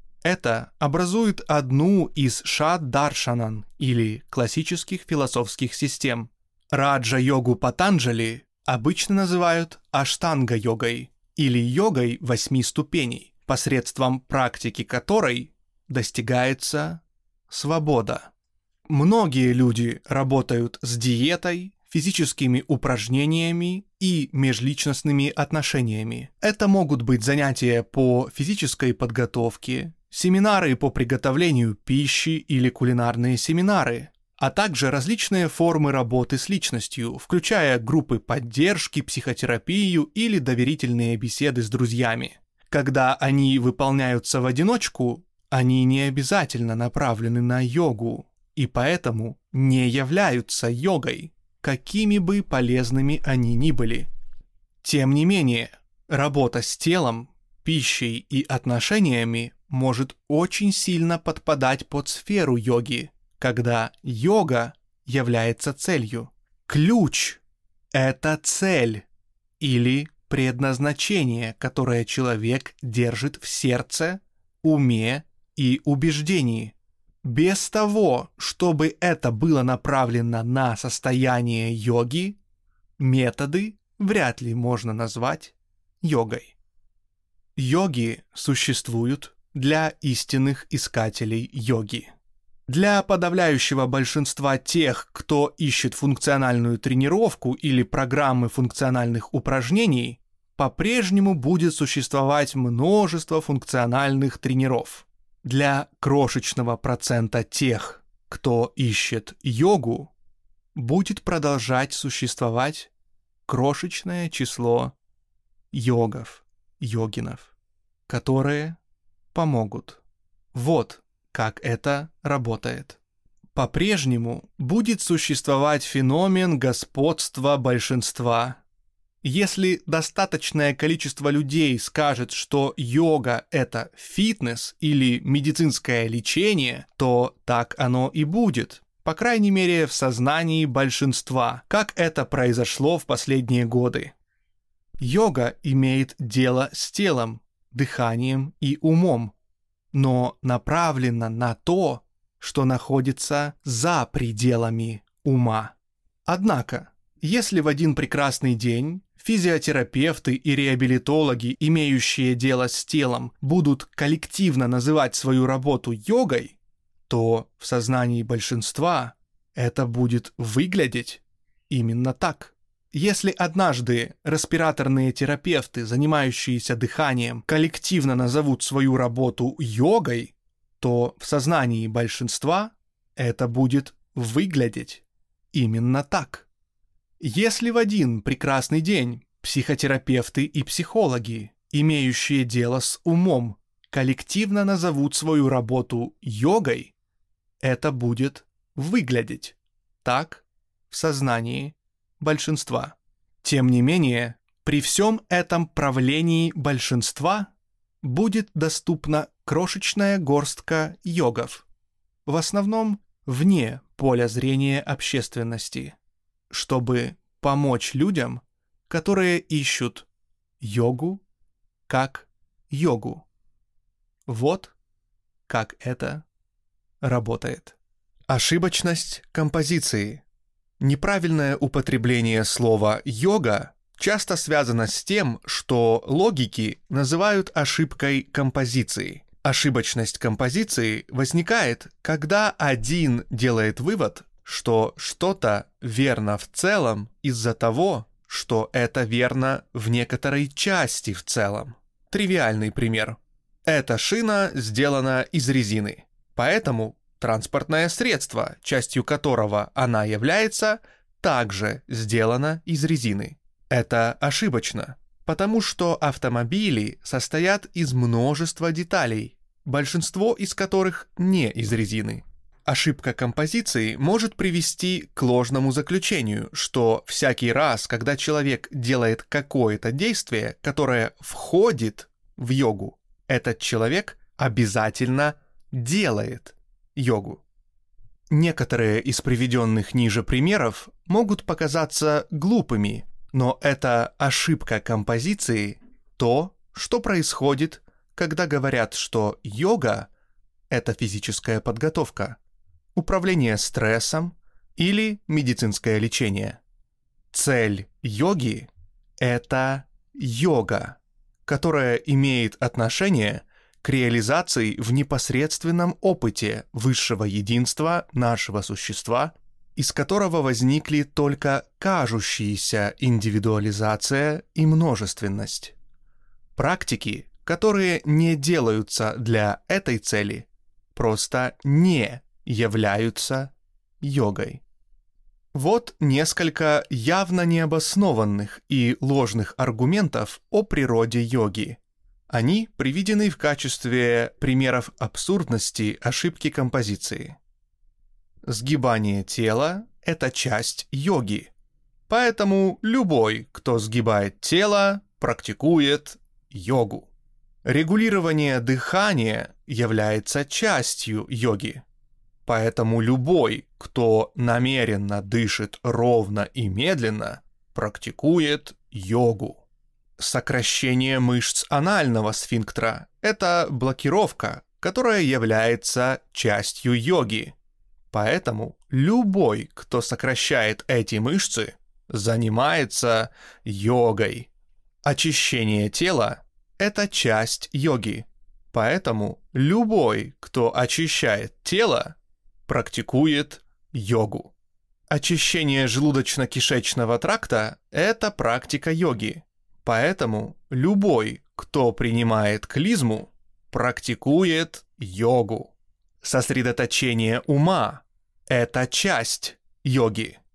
A: Это образует одну из шад-даршанан или классических философских систем. Раджа-йогу Патанджали обычно называют аштанга-йогой или йогой восьми ступеней, посредством практики которой достигается свобода. Многие люди работают с диетой, физическими упражнениями и межличностными отношениями. Это могут быть занятия по физической подготовке, семинары по приготовлению пищи или кулинарные семинары, а также различные формы работы с личностью, включая группы поддержки, психотерапию или доверительные беседы с друзьями. Когда они выполняются в одиночку, они не обязательно направлены на йогу и поэтому не являются йогой, какими бы полезными они ни были. Тем не менее, работа с телом, пищей и отношениями может очень сильно подпадать под сферу йоги, когда йога является целью. Ключ – это цель или предназначение, которое человек держит в сердце, уме и убеждении. Без того, чтобы это было направлено на состояние йоги, методы вряд ли можно назвать йогой. Йоги существуют для истинных искателей йоги. Для подавляющего большинства тех, кто ищет функциональную тренировку или программы функциональных упражнений, по-прежнему будет существовать множество функциональных тренеров. Для крошечного процента тех, кто ищет йогу, будет продолжать существовать крошечное число йогов, йогинов, которые помогут. Вот как это работает. По-прежнему будет существовать феномен господства большинства. Если достаточное количество людей скажет, что йога – это фитнес или медицинское лечение, то так оно и будет. По крайней мере, в сознании большинства, как это произошло в последние годы. Йога имеет дело с телом, дыханием и умом, но направлена на то, что находится за пределами ума. Однако, если в один прекрасный день физиотерапевты и реабилитологи, имеющие дело с телом, будут коллективно называть свою работу йогой, то в сознании большинства это будет выглядеть именно так. Если однажды респираторные терапевты, занимающиеся дыханием, коллективно назовут свою работу йогой, то в сознании большинства это будет выглядеть именно так. Если в один прекрасный день психотерапевты и психологи, имеющие дело с умом, коллективно назовут свою работу йогой, это будет выглядеть так в сознании большинства. Тем не менее, при всем этом правлении большинства будет доступна крошечная горстка йогов, в основном вне поля зрения общественности, чтобы помочь людям, которые ищут йогу как йогу. Вот как это работает. Ошибочность композиции. Неправильное употребление слова «йога» часто связано с тем, что логики называют ошибкой композиции. Ошибочность композиции возникает, когда один делает вывод, что что-то верно в целом из-за того, что это верно в некоторой части в целом. Тривиальный пример. Эта шина сделана из резины, поэтому транспортное средство, частью которого она является, также сделано из резины. Это ошибочно, потому что автомобили состоят из множества деталей, большинство из которых не из резины. Ошибка композиции может привести к ложному заключению, что всякий раз, когда человек делает какое-то действие, которое входит в йогу, этот человек обязательно делает йогу. Некоторые из приведенных ниже примеров могут показаться глупыми, но это ошибка композиции, то, что происходит, когда говорят, что йога – это физическая подготовка, управление стрессом или медицинское лечение. Цель йоги – это йога, которая имеет отношение к реализации в непосредственном опыте высшего единства нашего существа, из которого возникли только кажущиеся индивидуализация и множественность. Практики, которые не делаются для этой цели, просто не являются йогой. Вот несколько явно необоснованных и ложных аргументов о природе йоги. Они приведены в качестве примеров абсурдности ошибки композиции. Сгибание тела – это часть йоги, поэтому любой, кто сгибает тело, практикует йогу. Регулирование дыхания является частью йоги, поэтому любой, кто намеренно дышит ровно и медленно, практикует йогу. Сокращение мышц анального сфинктера – это блокировка, которая является частью йоги. Поэтому любой, кто сокращает эти мышцы, занимается йогой. Очищение тела – это часть йоги. Поэтому любой, кто очищает тело, практикует йогу. Очищение желудочно-кишечного тракта – это практика йоги. Поэтому любой, кто принимает клизму, практикует йогу. Сосредоточение ума – это часть йоги.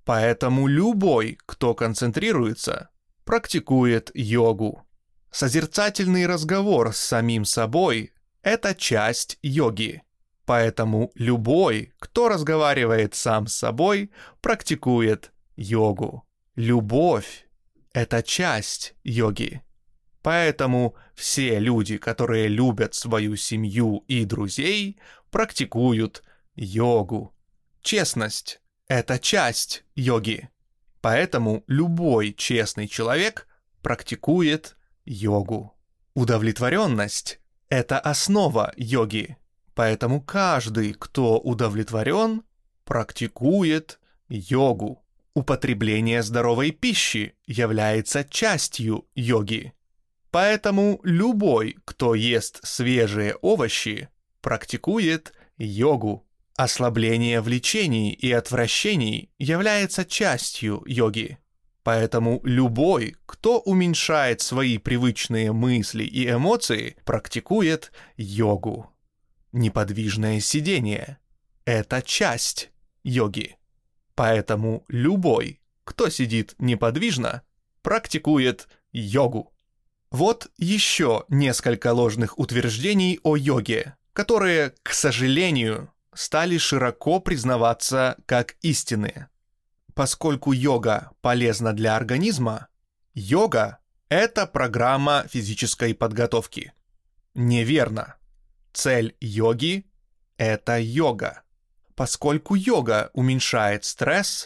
A: Поэтому любой, кто концентрируется, практикует йогу. Созерцательный разговор с самим собой – это часть йоги. Поэтому любой, кто разговаривает сам с собой, практикует йогу. Любовь – это часть йоги. Поэтому все люди, которые любят свою семью и друзей, практикуют йогу. Честность – это часть йоги. Поэтому любой честный человек практикует йогу. Удовлетворенность – это основа йоги. Поэтому каждый, кто удовлетворен, практикует йогу. Употребление здоровой пищи является частью йоги. Поэтому любой, кто ест свежие овощи, практикует йогу. Ослабление влечений и отвращений является частью йоги. Поэтому любой, кто уменьшает свои привычные мысли и эмоции, практикует йогу. Неподвижное сидение – это часть йоги. Поэтому любой, кто сидит неподвижно, практикует йогу. Вот еще несколько ложных утверждений о йоге, которые, к сожалению, стали широко признаваться как истинные. Поскольку йога полезна для организма, йога – это программа физической подготовки. Неверно. Цель йоги – это йога. Поскольку йога уменьшает стресс,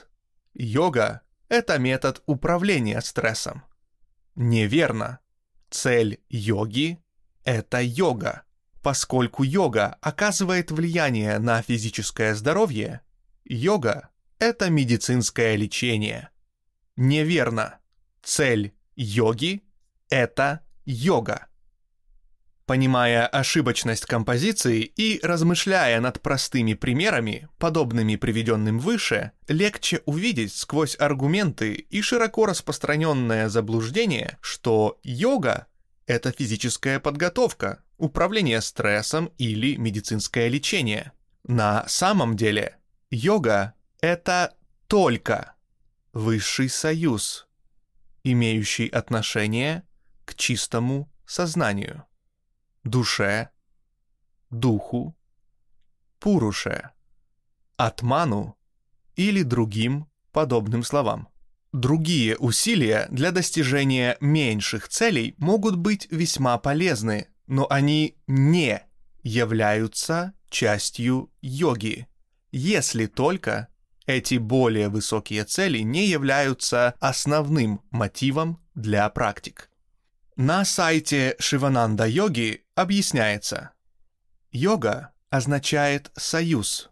A: йога – это метод управления стрессом. Неверно. Цель йоги – это йога. Поскольку йога оказывает влияние на физическое здоровье, йога – это медицинское лечение. Неверно. Цель йоги – это йога. Понимая ошибочность композиции и размышляя над простыми примерами, подобными приведенным выше, легче увидеть сквозь аргументы и широко распространенное заблуждение, что йога – это физическая подготовка, управление стрессом или медицинское лечение. На самом деле йога – это только высший союз, имеющий отношение к чистому сознанию, душе, духу, пуруше, атману или другим подобным словам. Другие усилия для достижения меньших целей могут быть весьма полезны, но они не являются частью йоги, если только эти более высокие цели не являются основным мотивом для практик. На сайте Шивананда-йоги объясняется: йога означает «союз».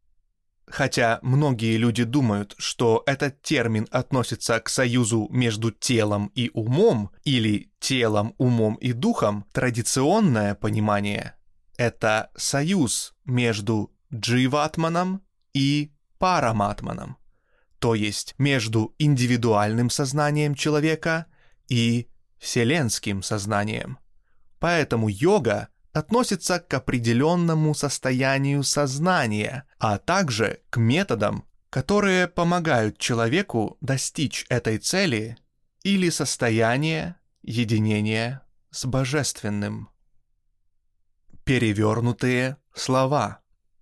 A: Хотя многие люди думают, что этот термин относится к союзу между телом и умом или телом, умом и духом, традиционное понимание – это союз между дживатманом и параматманом, то есть между индивидуальным сознанием человека и вселенским сознанием. Поэтому йога относится к определенному состоянию сознания, а также к методам, которые помогают человеку достичь этой цели или состояния единения с Божественным. Перевернутые слова.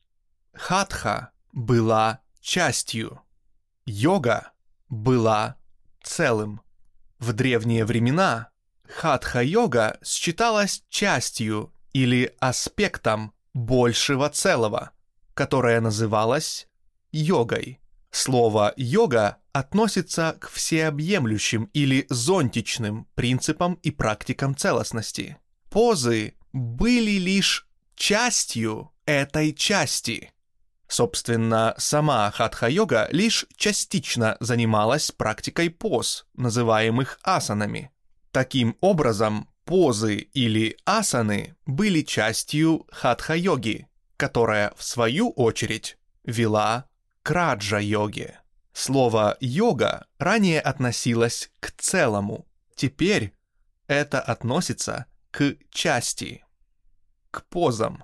A: Хатха была частью, йога была целым. В древние времена хатха-йога считалась частью или аспектом большего целого, которое называлось йогой. Слово «йога» относится к всеобъемлющим или зонтичным принципам и практикам целостности. Позы были лишь частью этой части. Собственно, сама хатха-йога лишь частично занималась практикой поз, называемых асанами. Таким образом, позы или асаны были частью хатха-йоги, которая, в свою очередь, вела к раджа-йоге. Слово «йога» ранее относилось к целому, теперь это относится к части, к позам.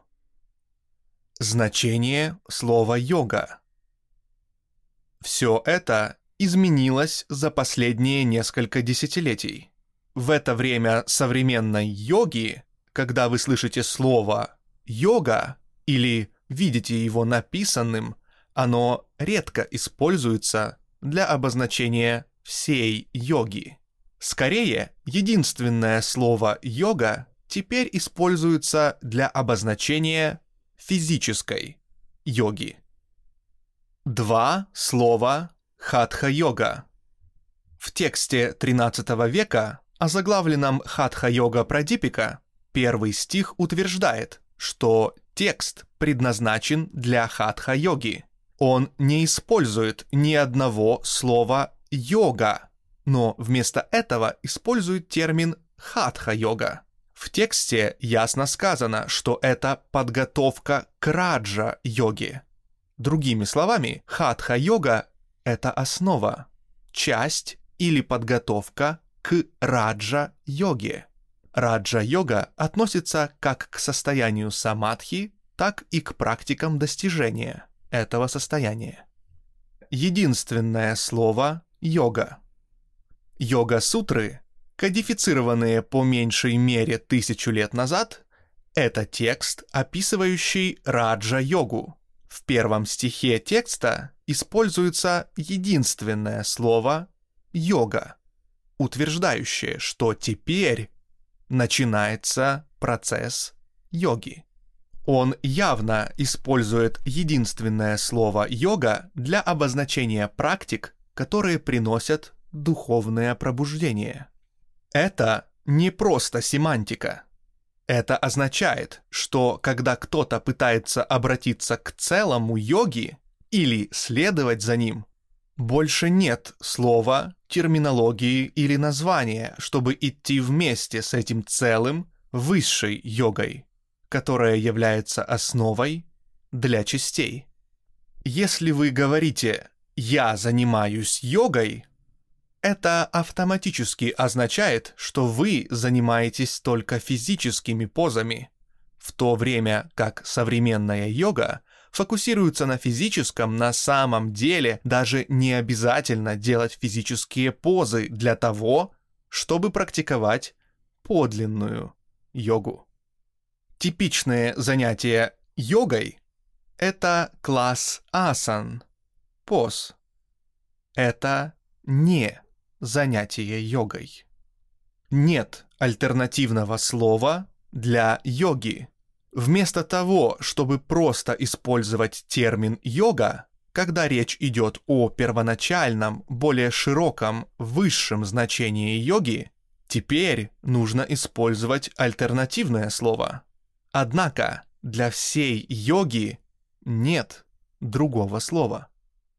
A: Значение слова «йога». Все это изменилась за последние несколько десятилетий. В это время современной йоги, когда вы слышите слово «йога» или видите его написанным, оно редко используется для обозначения всей йоги. Скорее, единственное слово «йога» теперь используется для обозначения физической йоги. Два слова «хатха-йога». В тексте тринадцатого века, озаглавленном «Хатха-йога Прадипика», первый стих утверждает, что текст предназначен для хатха-йоги. Он не использует ни одного слова «йога», но вместо этого использует термин «хатха-йога». В тексте ясно сказано, что это подготовка к раджа-йоге. Другими словами, хатха-йога – это основа, часть или подготовка к раджа-йоге. Раджа-йога относится как к состоянию самадхи, так и к практикам достижения этого состояния. Единственное слово «йога». Йога-сутры, кодифицированные по меньшей мере тысячу лет назад, это текст, описывающий раджа-йогу. В первом стихе текста используется единственное слово «йога», утверждающее, что теперь начинается процесс йоги. Он явно использует единственное слово «йога» для обозначения практик, которые приносят духовное пробуждение. Это не просто семантика. Это означает, что когда кто-то пытается обратиться к целому йоги или следовать за ним, больше нет слова, терминологии или названия, чтобы идти вместе с этим целым высшей йогой, которая является основой для частей. Если вы говорите «я занимаюсь йогой», это автоматически означает, что вы занимаетесь только физическими позами, в то время как современная йога фокусируется на физическом. На самом деле даже не обязательно делать физические позы для того, чтобы практиковать подлинную йогу. Типичные занятия йогой – это класс асан, поз. Это не занятие йогой. Нет альтернативного слова для йоги. Вместо того, чтобы просто использовать термин «йога», когда речь идет о первоначальном, более широком, высшем значении йоги, теперь нужно использовать альтернативное слово. Однако для всей йоги нет другого слова.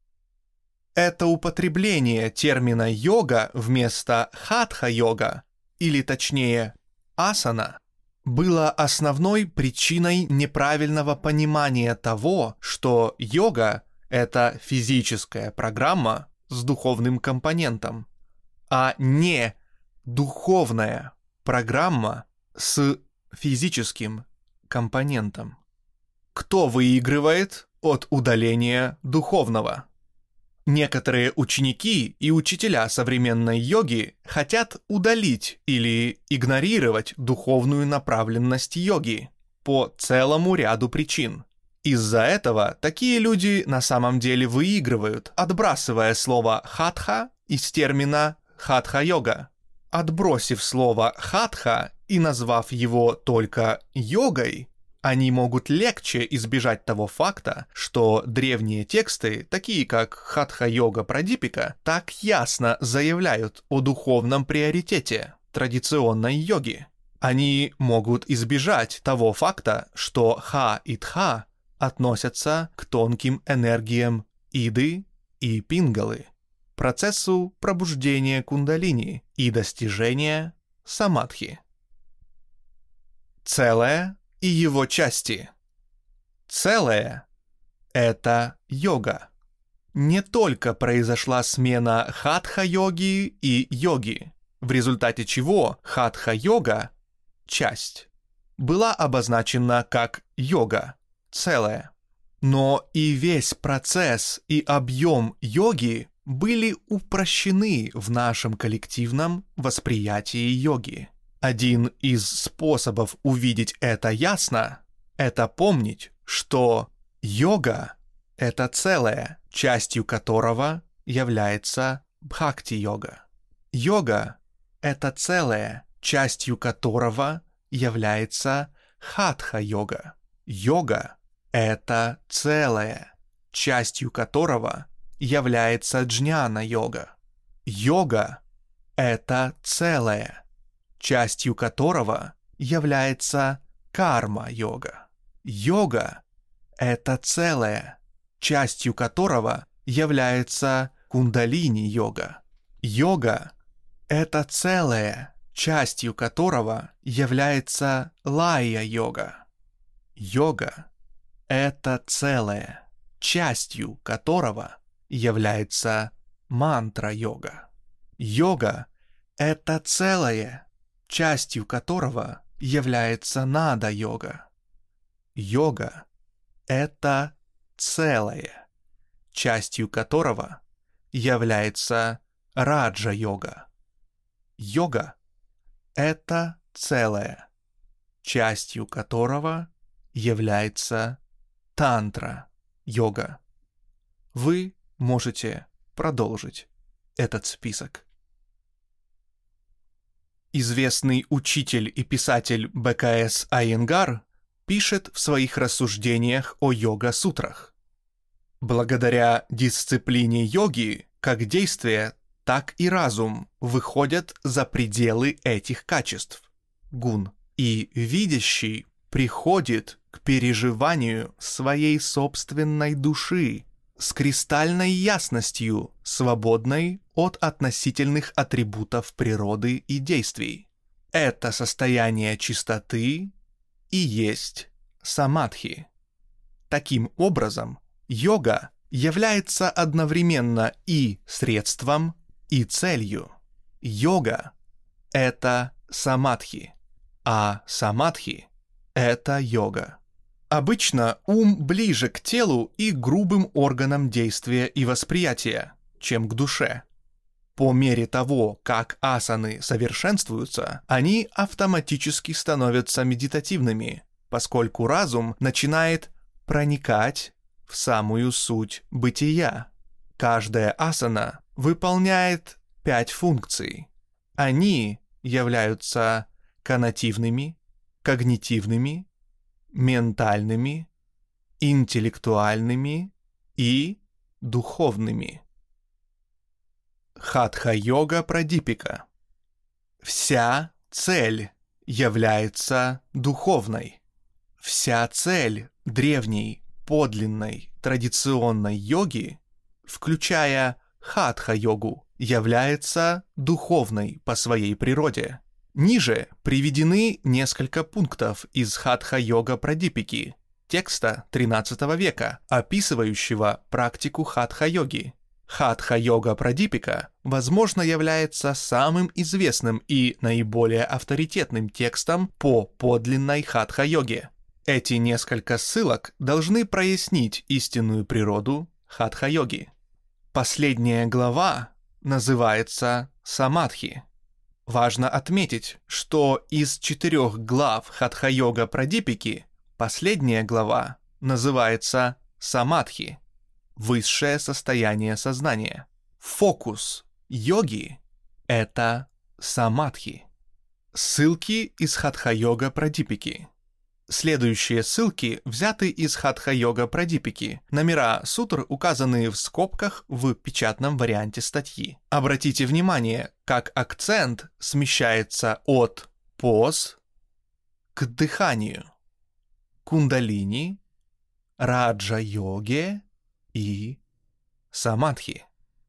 A: Это употребление термина «йога» вместо «хатха-йога», или точнее «асана», было основной причиной неправильного понимания того, что йога — это физическая программа с духовным компонентом, а не духовная программа с физическим компонентом. Кто выигрывает от удаления духовного? Некоторые ученики и учителя современной йоги хотят удалить или игнорировать духовную направленность йоги по целому ряду причин. Из-за этого такие люди на самом деле выигрывают, отбрасывая слово «хатха» из термина «хатха-йога». Отбросив слово «хатха» и назвав его только «йогой», они могут легче избежать того факта, что древние тексты, такие как «Хатха-йога Прадипика», так ясно заявляют о духовном приоритете традиционной йоги. Они могут избежать того факта, что ха и тха относятся к тонким энергиям иды и пингалы, процессу пробуждения кундалини и достижения самадхи. Целое и его части. Целое — это йога. Не только произошла смена хатха-йоги и йоги, в результате чего хатха-йога, часть, была обозначена как йога, целое, но и весь процесс и объем йоги были упрощены в нашем коллективном восприятии йоги. Один из способов увидеть это ясно – это помнить, что йога – это целое, частью которого является бхакти-йога. Йога – это целое, частью которого является хатха-йога. Йога – это целое, частью которого является джняна-йога. Йога – это целое, частью которого является карма-йога. Йога – это целое, частью которого является кундалини-йога. Йога – это целое, частью которого является лая-йога. Йога – это целое, частью которого является мантра-йога. Йога – это целое, частью которого является нада-йога. Йога – это целое, частью которого является раджа-йога. Йога – это целое, частью которого является тантра-йога. Вы можете продолжить этот список. Известный учитель и писатель Бэ Ка Эс Айенгар пишет в своих рассуждениях о йога-сутрах. Благодаря дисциплине йоги, как действие, так и разум выходят за пределы этих качеств, гун, и видящий приходит к переживанию своей собственной души с кристальной ясностью, свободной от относительных атрибутов природы и действий. Это состояние чистоты и есть самадхи. Таким образом, йога является одновременно и средством, и целью. Йога — это самадхи, а самадхи — это йога. Обычно ум ближе к телу и грубым органам действия и восприятия, чем к душе. По мере того, как асаны совершенствуются, они автоматически становятся медитативными, поскольку разум начинает проникать в самую суть бытия. Каждая асана выполняет пять функций. Они являются коннотивными, когнитивными, ментальными, интеллектуальными и духовными. Хатха-йога Прадипика. Вся цель является духовной. Вся цель древней, подлинной, традиционной йоги, включая хатха-йогу, является духовной по своей природе. Ниже приведены несколько пунктов из Хатха-йога Прадипики, текста тринадцатого века, описывающего практику хатха-йоги. Хатха-йога Прадипика, возможно, является самым известным и наиболее авторитетным текстом по подлинной хатха-йоге. Эти несколько ссылок должны прояснить истинную природу хатха-йоги. Последняя глава называется «Самадхи». Важно отметить, что из четырех глав Хатха-йога Прадипики последняя глава называется «Самадхи» — высшее состояние сознания. Фокус йоги — это самадхи. Ссылки из Хатха-йога Прадипики. Следующие ссылки взяты из Хатха-йога Прадипики. Номера сутр указаны в скобках в печатном варианте статьи. Обратите внимание, как акцент смещается от поз к дыханию, кундалини, раджа-йоге и самадхи.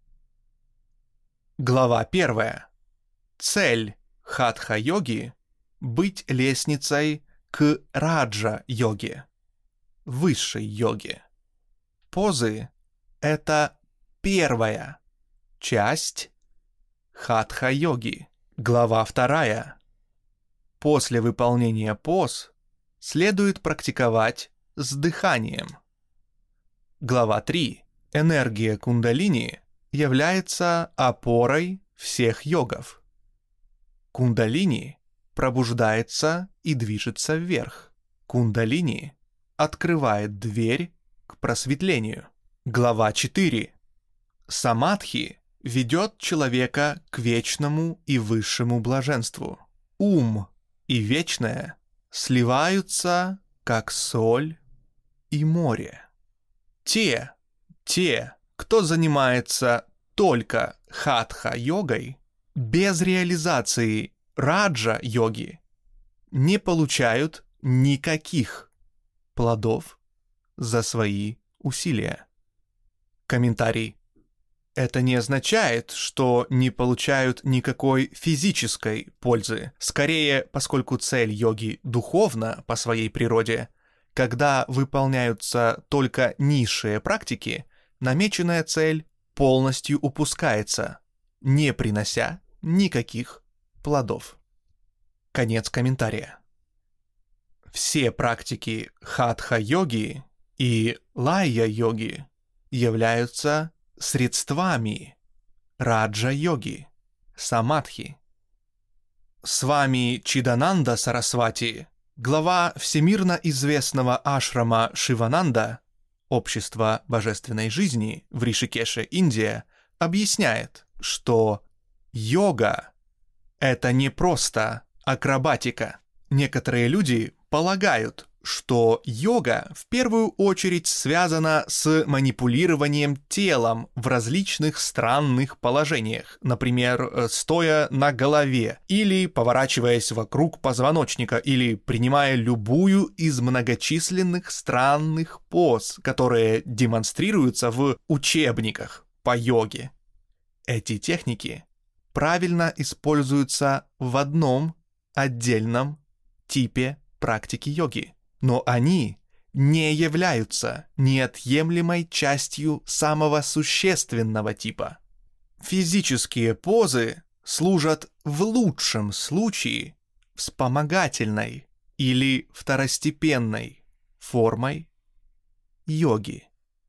A: Глава первая. Цель хатха-йоги — быть лестницей к раджа-йоге, высшей йоге. Позы — это первая часть хатха-йоги. Глава вторая. После выполнения поз следует практиковать с дыханием. Глава три. Энергия кундалини является опорой всех йогов. Кундалини пробуждается и движется вверх. Кундалини открывает дверь к просветлению. Глава четыре. Самадхи ведет человека к вечному и высшему блаженству. Ум и вечное сливаются, как соль и море. Те, те, кто занимается только хатха-йогой, без реализации раджа-йоги, не получают никаких плодов за свои усилия. Комментарий. Это не означает, что не получают никакой физической пользы. Скорее, поскольку цель йоги духовна по своей природе, когда выполняются только низшие практики, намеченная цель полностью упускается, не принося никаких плодов. Конец комментария. Все практики хатха-йоги и лайя-йоги являются средствами раджа-йоги, самадхи. С вами Чидананда Сарасвати, глава всемирно известного ашрама Шивананда, Общество божественной жизни в Ришикеше, Индия, объясняет, что йога — это не просто акробатика. Некоторые люди полагают, что йога в первую очередь связана с манипулированием телом в различных странных положениях, например, стоя на голове, или поворачиваясь вокруг позвоночника, или принимая любую из многочисленных странных поз, которые демонстрируются в учебниках по йоге. Эти техники правильно используются в одном отдельном типе практики йоги, но они не являются неотъемлемой частью самого существенного типа. Физические позы служат в лучшем случае вспомогательной или второстепенной формой йоги.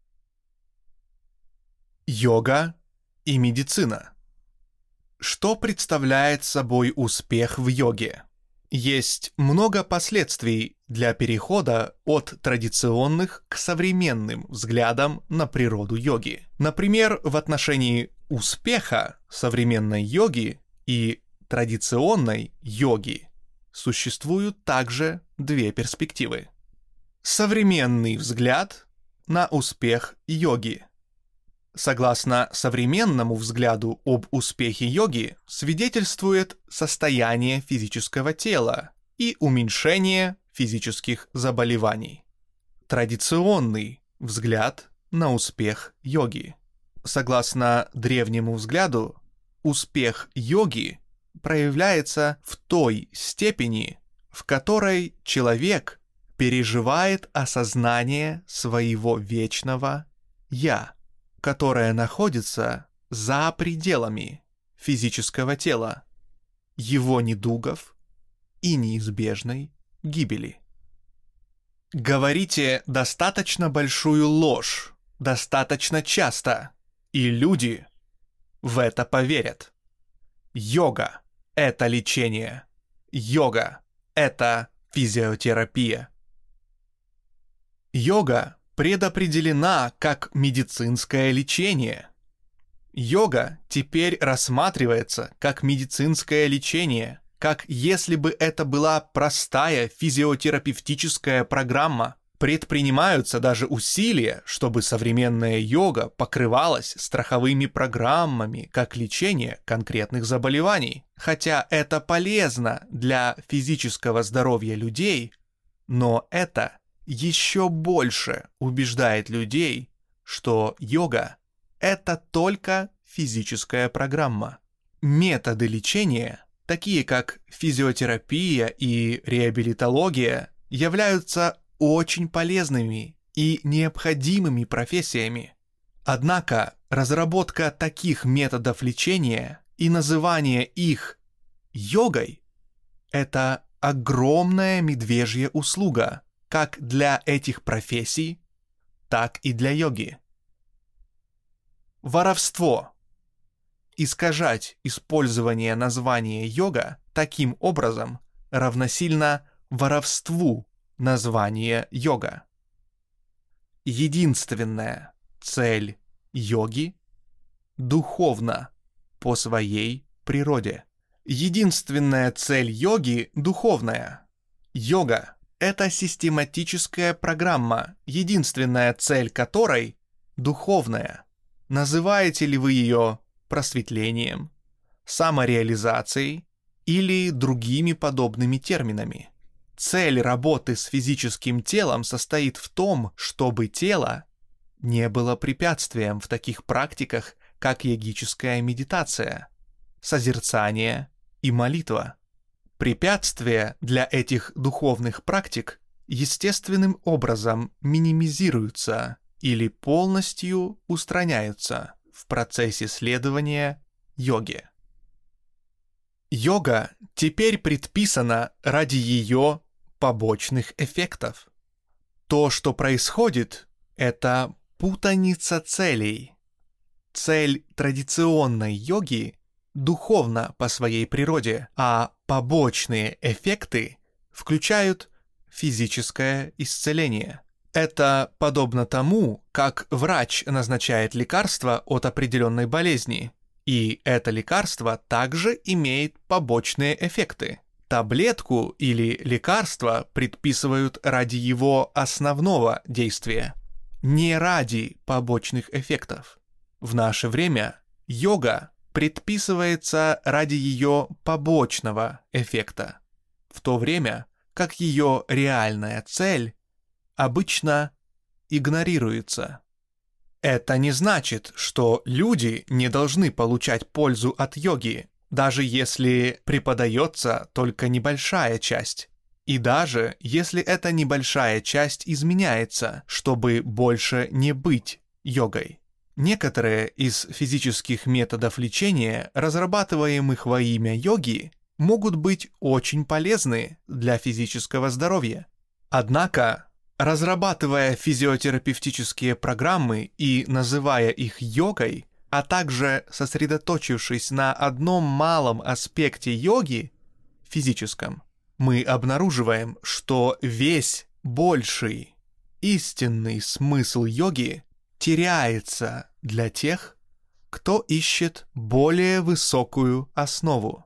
A: Йога и медицина. Что представляет собой успех в йоге? Есть много последствий для перехода от традиционных к современным взглядам на природу йоги. Например, в отношении успеха современной йоги и традиционной йоги существуют также две перспективы. Современный взгляд на успех йоги. Согласно современному взгляду об успехе йоги, свидетельствует состояние физического тела и уменьшение физических заболеваний. Традиционный взгляд на успех йоги. Согласно древнему взгляду, успех йоги проявляется в той степени, в которой человек переживает осознание своего вечного «я», которое находится за пределами физического тела, его недугов и неизбежной гибели. Говорите достаточно большую ложь, достаточно часто, и люди в это поверят. Йога — это лечение. Йога — это физиотерапия. Йога предопределена как медицинское лечение. Йога теперь рассматривается как медицинское лечение, как если бы это была простая физиотерапевтическая программа. Предпринимаются даже усилия, чтобы современная йога покрывалась страховыми программами как лечение конкретных заболеваний. Хотя это полезно для физического здоровья людей, но это еще больше убеждает людей, что йога — это только физическая программа. Методы лечения, такие как физиотерапия и реабилитология, являются очень полезными и необходимыми профессиями. Однако разработка таких методов лечения и называние их йогой — это огромная медвежья услуга, как для этих профессий, так и для йоги. Воровство. Искажать использование названия йога таким образом равносильно воровству названия йога. Единственная цель йоги духовна по своей природе. Единственная цель йоги духовная. Йога — это систематическая программа, единственная цель которой духовная. Называете ли вы ее просветлением, самореализацией или другими подобными терминами? Цель работы с физическим телом состоит в том, чтобы тело не было препятствием в таких практиках, как йогическая медитация, созерцание и молитва. Препятствия для этих духовных практик естественным образом минимизируются или полностью устраняются в процессе следования йоге. Йога теперь предписана ради ее побочных эффектов. То, что происходит, это путаница целей. Цель традиционной йоги духовна по своей природе, а побочные эффекты включают физическое исцеление. Это подобно тому, как врач назначает лекарство от определенной болезни, и это лекарство также имеет побочные эффекты. Таблетку или лекарство предписывают ради его основного действия, не ради побочных эффектов. В наше время йога предписывается ради ее побочного эффекта, в то время как ее реальная цель обычно игнорируется. Это не значит, что люди не должны получать пользу от йоги, даже если преподается только небольшая часть, и даже если эта небольшая часть изменяется, чтобы больше не быть йогой. Некоторые из физических методов лечения, разрабатываемых во имя йоги, могут быть очень полезны для физического здоровья. Однако, разрабатывая физиотерапевтические программы и называя их йогой, а также сосредоточившись на одном малом аспекте йоги, физическом, мы обнаруживаем, что весь больший, истинный смысл йоги теряется для тех, кто ищет более высокую основу.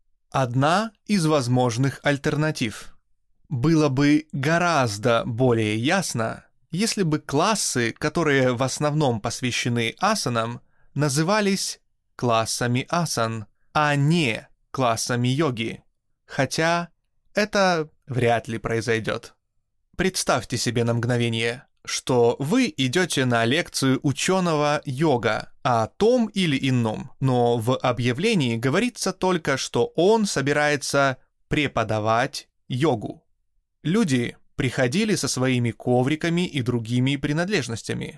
A: Одна из возможных альтернатив. Было бы гораздо более ясно, если бы классы, которые в основном посвящены асанам, назывались классами асан, а не классами йоги, хотя это вряд ли произойдет. Представьте себе на мгновение, что вы идете на лекцию ученого йога о том или ином, но в объявлении говорится только, что он собирается преподавать йогу. Люди приходили со своими ковриками и другими принадлежностями.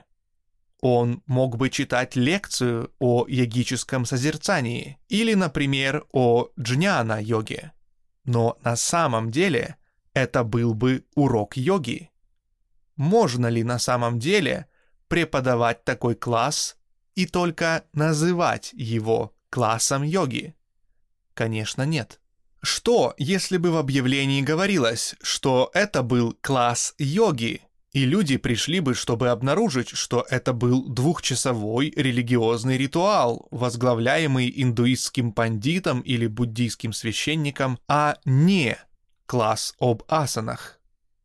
A: Он мог бы читать лекцию о йогическом созерцании или, например, о джняна-йоге. Но на самом деле это был бы урок йоги. Можно ли на самом деле преподавать такой класс и только называть его классом йоги? Конечно, нет. Что, если бы в объявлении говорилось, что это был класс йоги, и люди пришли бы, чтобы обнаружить, что это был двухчасовой религиозный ритуал, возглавляемый индуистским пандитом или буддийским священником, а не класс об асанах?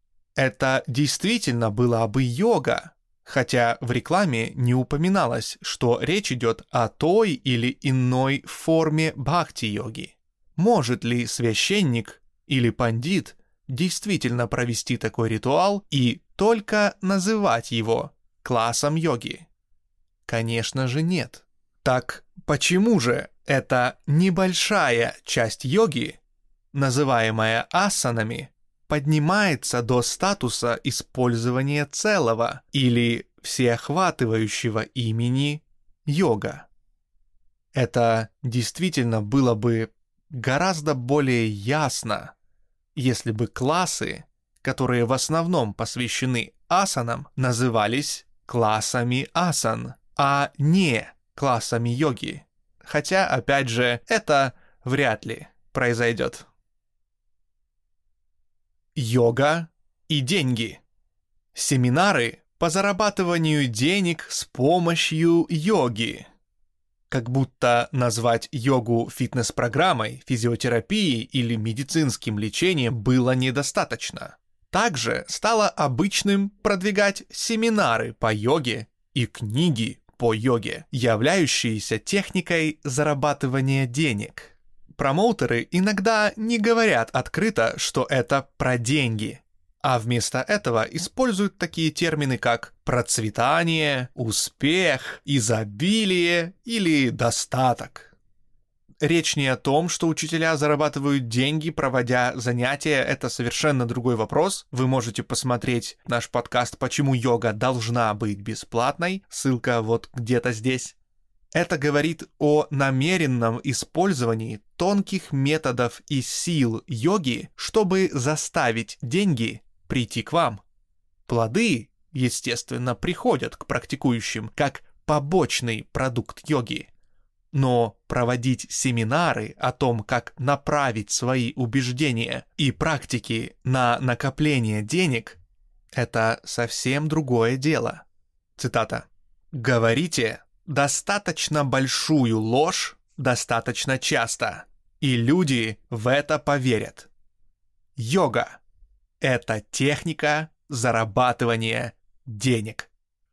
A: Это действительно была бы йога, хотя в рекламе не упоминалось, что речь идет о той или иной форме бхакти-йоги. Может ли священник или пандит действительно провести такой ритуал и только называть его классом йоги? Конечно же нет. Так почему же эта небольшая часть йоги, называемая асанами, поднимается до статуса использования целого или всеохватывающего имени йога? Это действительно было бы гораздо более ясно, если бы классы, которые в основном посвящены асанам, назывались классами асан, а не классами йоги. Хотя, опять же, это вряд ли произойдет. Йога и деньги. Семинары по зарабатыванию денег с помощью йоги. Как будто назвать йогу фитнес-программой, физиотерапией или медицинским лечением было недостаточно. Также стало обычным продвигать семинары по йоге и книги по йоге, являющиеся техникой зарабатывания денег. Промоутеры иногда не говорят открыто, что это про деньги, а вместо этого используют такие термины, как процветание, успех, изобилие или достаток. Речь не о том, что учителя зарабатывают деньги, проводя занятия, это совершенно другой вопрос. Вы можете посмотреть наш подкаст «Почему йога должна быть бесплатной», ссылка вот где-то здесь. Это говорит о намеренном использовании тонких методов и сил йоги, чтобы заставить деньги прийти к вам. Плоды, естественно, приходят к практикующим как побочный продукт йоги. Но проводить семинары о том, как направить свои убеждения и практики на накопление денег – это совсем другое дело. Цитата. «Говорите достаточно большую ложь достаточно часто, и люди в это поверят. Йога – это техника зарабатывания денег».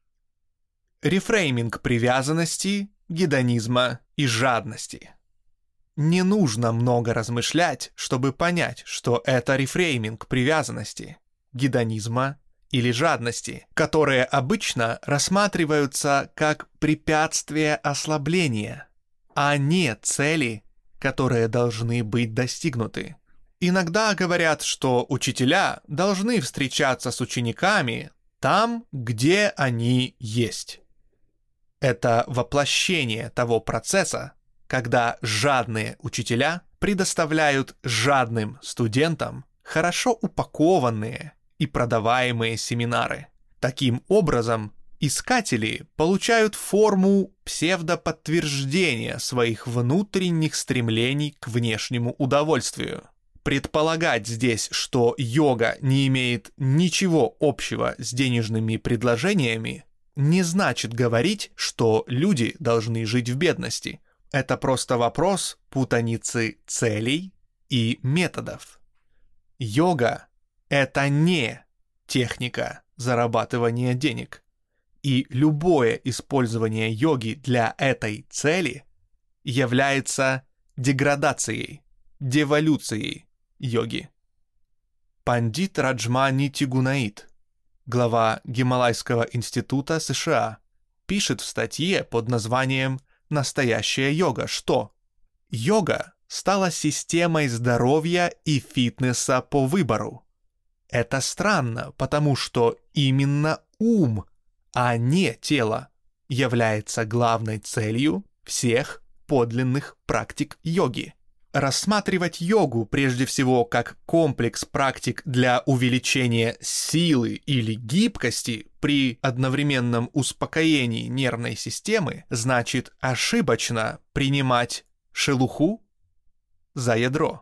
A: Рефрейминг привязанности, гедонизма и жадности. Не нужно много размышлять, чтобы понять, что это рефрейминг привязанности, гедонизма или жадности, которые обычно рассматриваются как препятствие ослабления, а не цели, которые должны быть достигнуты. Иногда говорят, что учителя должны встречаться с учениками там, где они есть. Это воплощение того процесса, когда жадные учителя предоставляют жадным студентам хорошо упакованные и продаваемые семинары. Таким образом, искатели получают форму псевдоподтверждения своих внутренних стремлений к внешнему удовольствию. Предполагать здесь, что йога не имеет ничего общего с денежными предложениями, не значит говорить, что люди должны жить в бедности. Это просто вопрос путаницы целей и методов. Йога – это не техника зарабатывания денег. И любое использование йоги для этой цели является деградацией, деволюцией йоги. Пандит Раджма Нитигунаит, глава Гималайского института США, пишет в статье под названием «Настоящая йога», что йога стала системой здоровья и фитнеса по выбору. Это странно, потому что именно ум, а не тело, является главной целью всех подлинных практик йоги. Рассматривать йогу прежде всего как комплекс практик для увеличения силы или гибкости при одновременном успокоении нервной системы значит ошибочно принимать шелуху за ядро.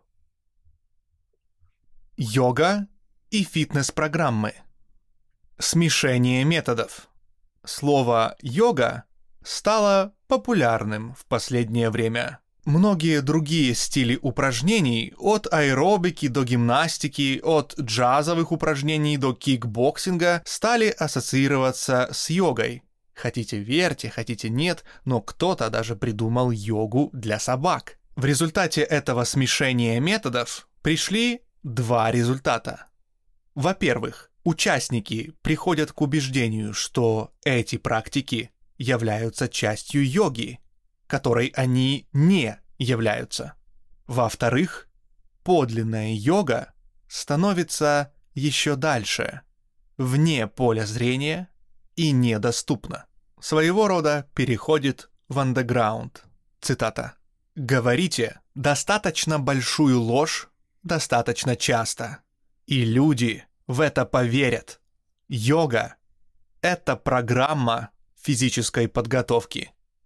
A: Йога и фитнес-программы. Смешение методов. Слово «йога» стало популярным в последнее время. Многие другие стили упражнений, от аэробики до гимнастики, от джазовых упражнений до кикбоксинга, стали ассоциироваться с йогой. Хотите верьте, хотите нет, но кто-то даже придумал йогу для собак. В результате этого смешения методов пришли два результата. Во-первых, участники приходят к убеждению, что эти практики являются частью йоги, которой они не являются. Во-вторых, подлинная йога становится еще дальше, вне поля зрения и недоступна. Своего рода переходит в андеграунд. Цитата. «Говорите достаточно большую ложь достаточно часто, и люди в это поверят. Йога – это программа физической подготовки».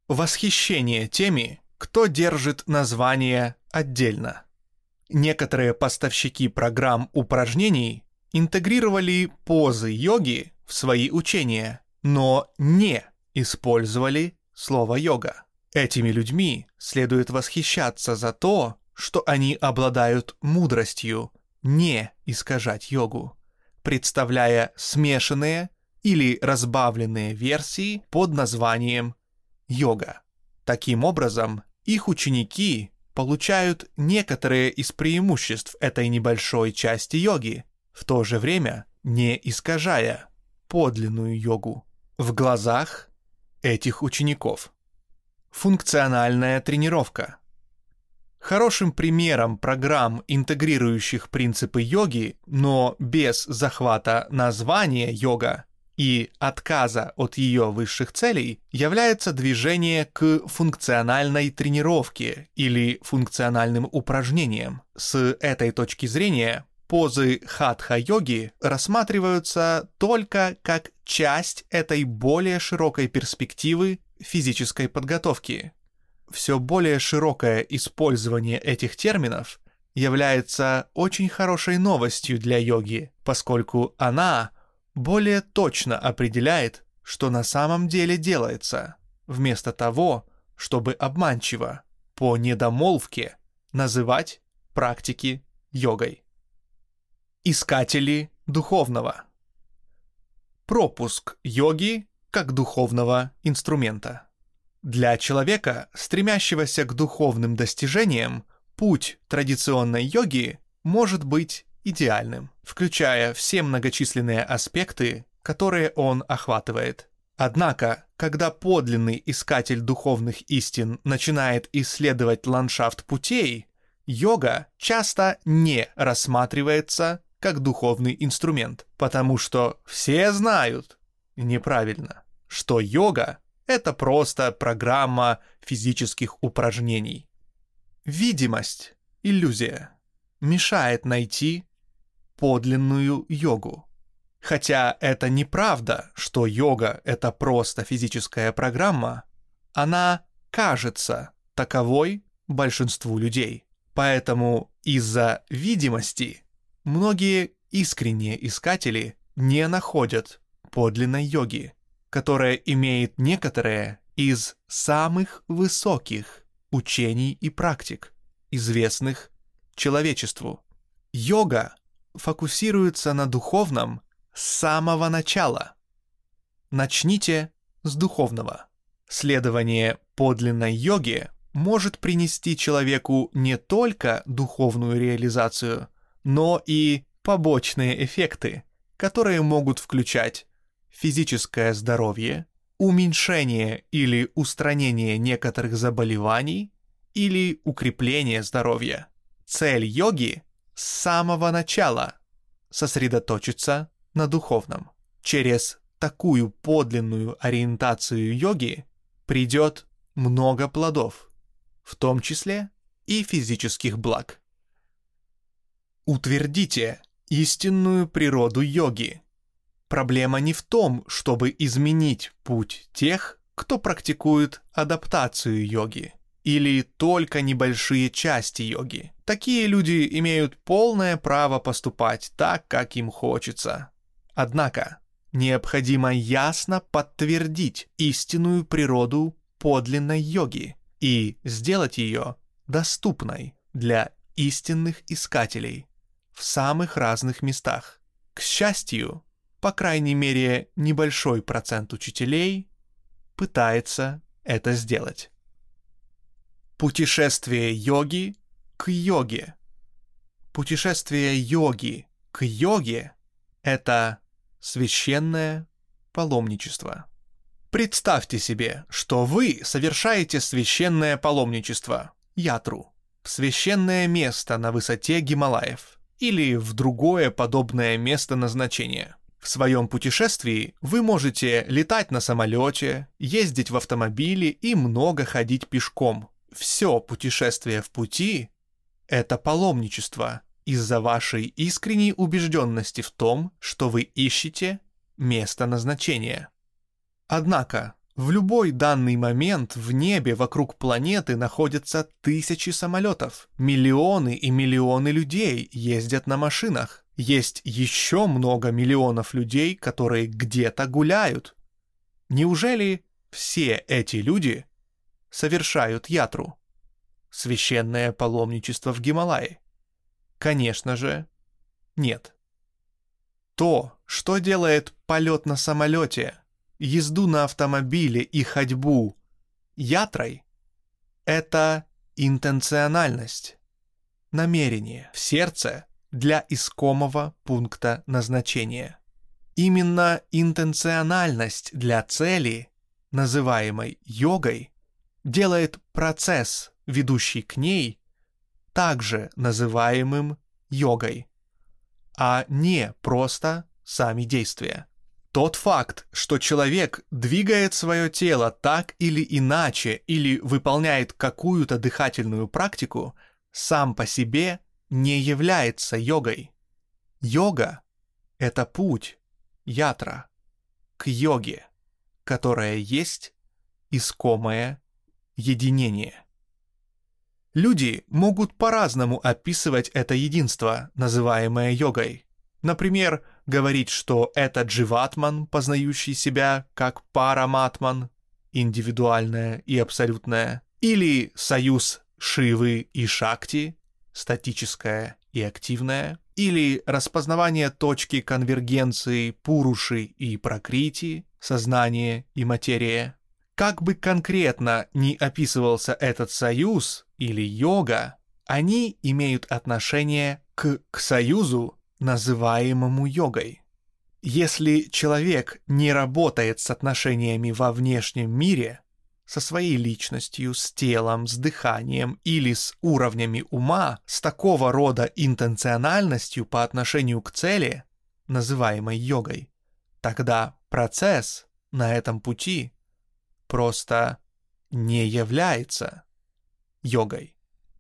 A: Восхищение теми, кто держит название отдельно. Некоторые поставщики программ упражнений интегрировали позы йоги в свои учения, но не использовали слово «йога». Этими людьми следует восхищаться за то, что они обладают мудростью не искажать йогу, представляя смешанные или разбавленные версии под названием йога. Таким образом, их ученики получают некоторые из преимуществ этой небольшой части йоги, в то же время не искажая подлинную йогу в глазах этих учеников. Функциональная тренировка. Хорошим примером программ, интегрирующих принципы йоги, но без захвата названия йога и отказа от ее высших целей, является движение к функциональной тренировке или функциональным упражнениям. С этой точки зрения позы хатха-йоги рассматриваются только как часть этой более широкой перспективы физической подготовки. Все более широкое использование этих терминов является очень хорошей новостью для йоги, поскольку она более точно определяет, что на самом деле делается, вместо того, чтобы обманчиво, по недомолвке, называть практики йогой. Искатели духовного. Пропуск йоги как духовного инструмента. Для человека, стремящегося к духовным достижениям, путь традиционной йоги может быть идеальным, включая все многочисленные аспекты, которые он охватывает. Однако, когда подлинный искатель духовных истин начинает исследовать ландшафт путей, йога часто не рассматривается как духовный инструмент, потому что все знают, неправильно, что йога — это просто программа физических упражнений. Видимость, иллюзия, мешает найти подлинную йогу. Хотя это неправда, что йога — это просто физическая программа, она кажется таковой большинству людей. Поэтому из-за видимости многие искренние искатели не находят подлинной йоги, которая имеет некоторые из самых высоких учений и практик, известных человечеству. Йога фокусируется на духовном с самого начала. Начните с духовного. Следование подлинной йоге может принести человеку не только духовную реализацию, но и побочные эффекты, которые могут включать физическое здоровье, уменьшение или устранение некоторых заболеваний или укрепление здоровья. Цель йоги с самого начала сосредоточиться на духовном. Через такую подлинную ориентацию йоги придет много плодов, в том числе и физических благ. Утвердите истинную природу йоги. Проблема не в том, чтобы изменить путь тех, кто практикует адаптацию йоги, или только небольшие части йоги. Такие люди имеют полное право поступать так, как им хочется. Однако, необходимо ясно подтвердить истинную природу подлинной йоги и сделать ее доступной для истинных искателей в самых разных местах. К счастью, по крайней мере, небольшой процент учителей пытается это сделать. Путешествие йоги к йоге. Путешествие йоги к йоге — это священное паломничество. Представьте себе, что вы совершаете священное паломничество, ятру, в священное место на высоте Гималаев или в другое подобное место назначения. В своем путешествии вы можете летать на самолете, ездить в автомобиле и много ходить пешком. Все путешествие в пути — это паломничество из-за вашей искренней убежденности в том, что вы ищете место назначения. Однако В любой данный момент в небе вокруг планеты находятся тысячи самолетов. Миллионы и миллионы людей ездят на машинах. Есть еще много миллионов людей, которые где-то гуляют. Неужели все эти люди совершают ятру? Священное паломничество в Гималаи? Конечно же, нет. То, что делает полет на самолете, езду на автомобиле и ходьбу ятрой, это интенциональность, намерение в сердце для искомого пункта назначения. Именно интенциональность для цели, называемой йогой, делает процесс, ведущий к ней, также называемым йогой, а не просто сами действия. Тот факт, что человек двигает свое тело так или иначе или выполняет какую-то дыхательную практику, сам по себе не является йогой. Йога — это путь, ятра, к йоге, которая есть искомое единение. Люди могут по-разному описывать это единство, называемое йогой. Например, говорить, что это дживатман, познающий себя как параматман, индивидуальное и абсолютное, или союз Шивы и Шакти, статическое и активное, или распознавание точки конвергенции Пуруши и Пракрити, сознание и материя. Как бы конкретно ни описывался этот союз или йога, они имеют отношение к, к союзу, называемому йогой. Если человек не работает с отношениями во внешнем мире, со своей личностью, с телом, с дыханием или с уровнями ума, с такого рода интенциональностью по отношению к цели, называемой йогой, тогда процесс на этом пути просто не является йогой.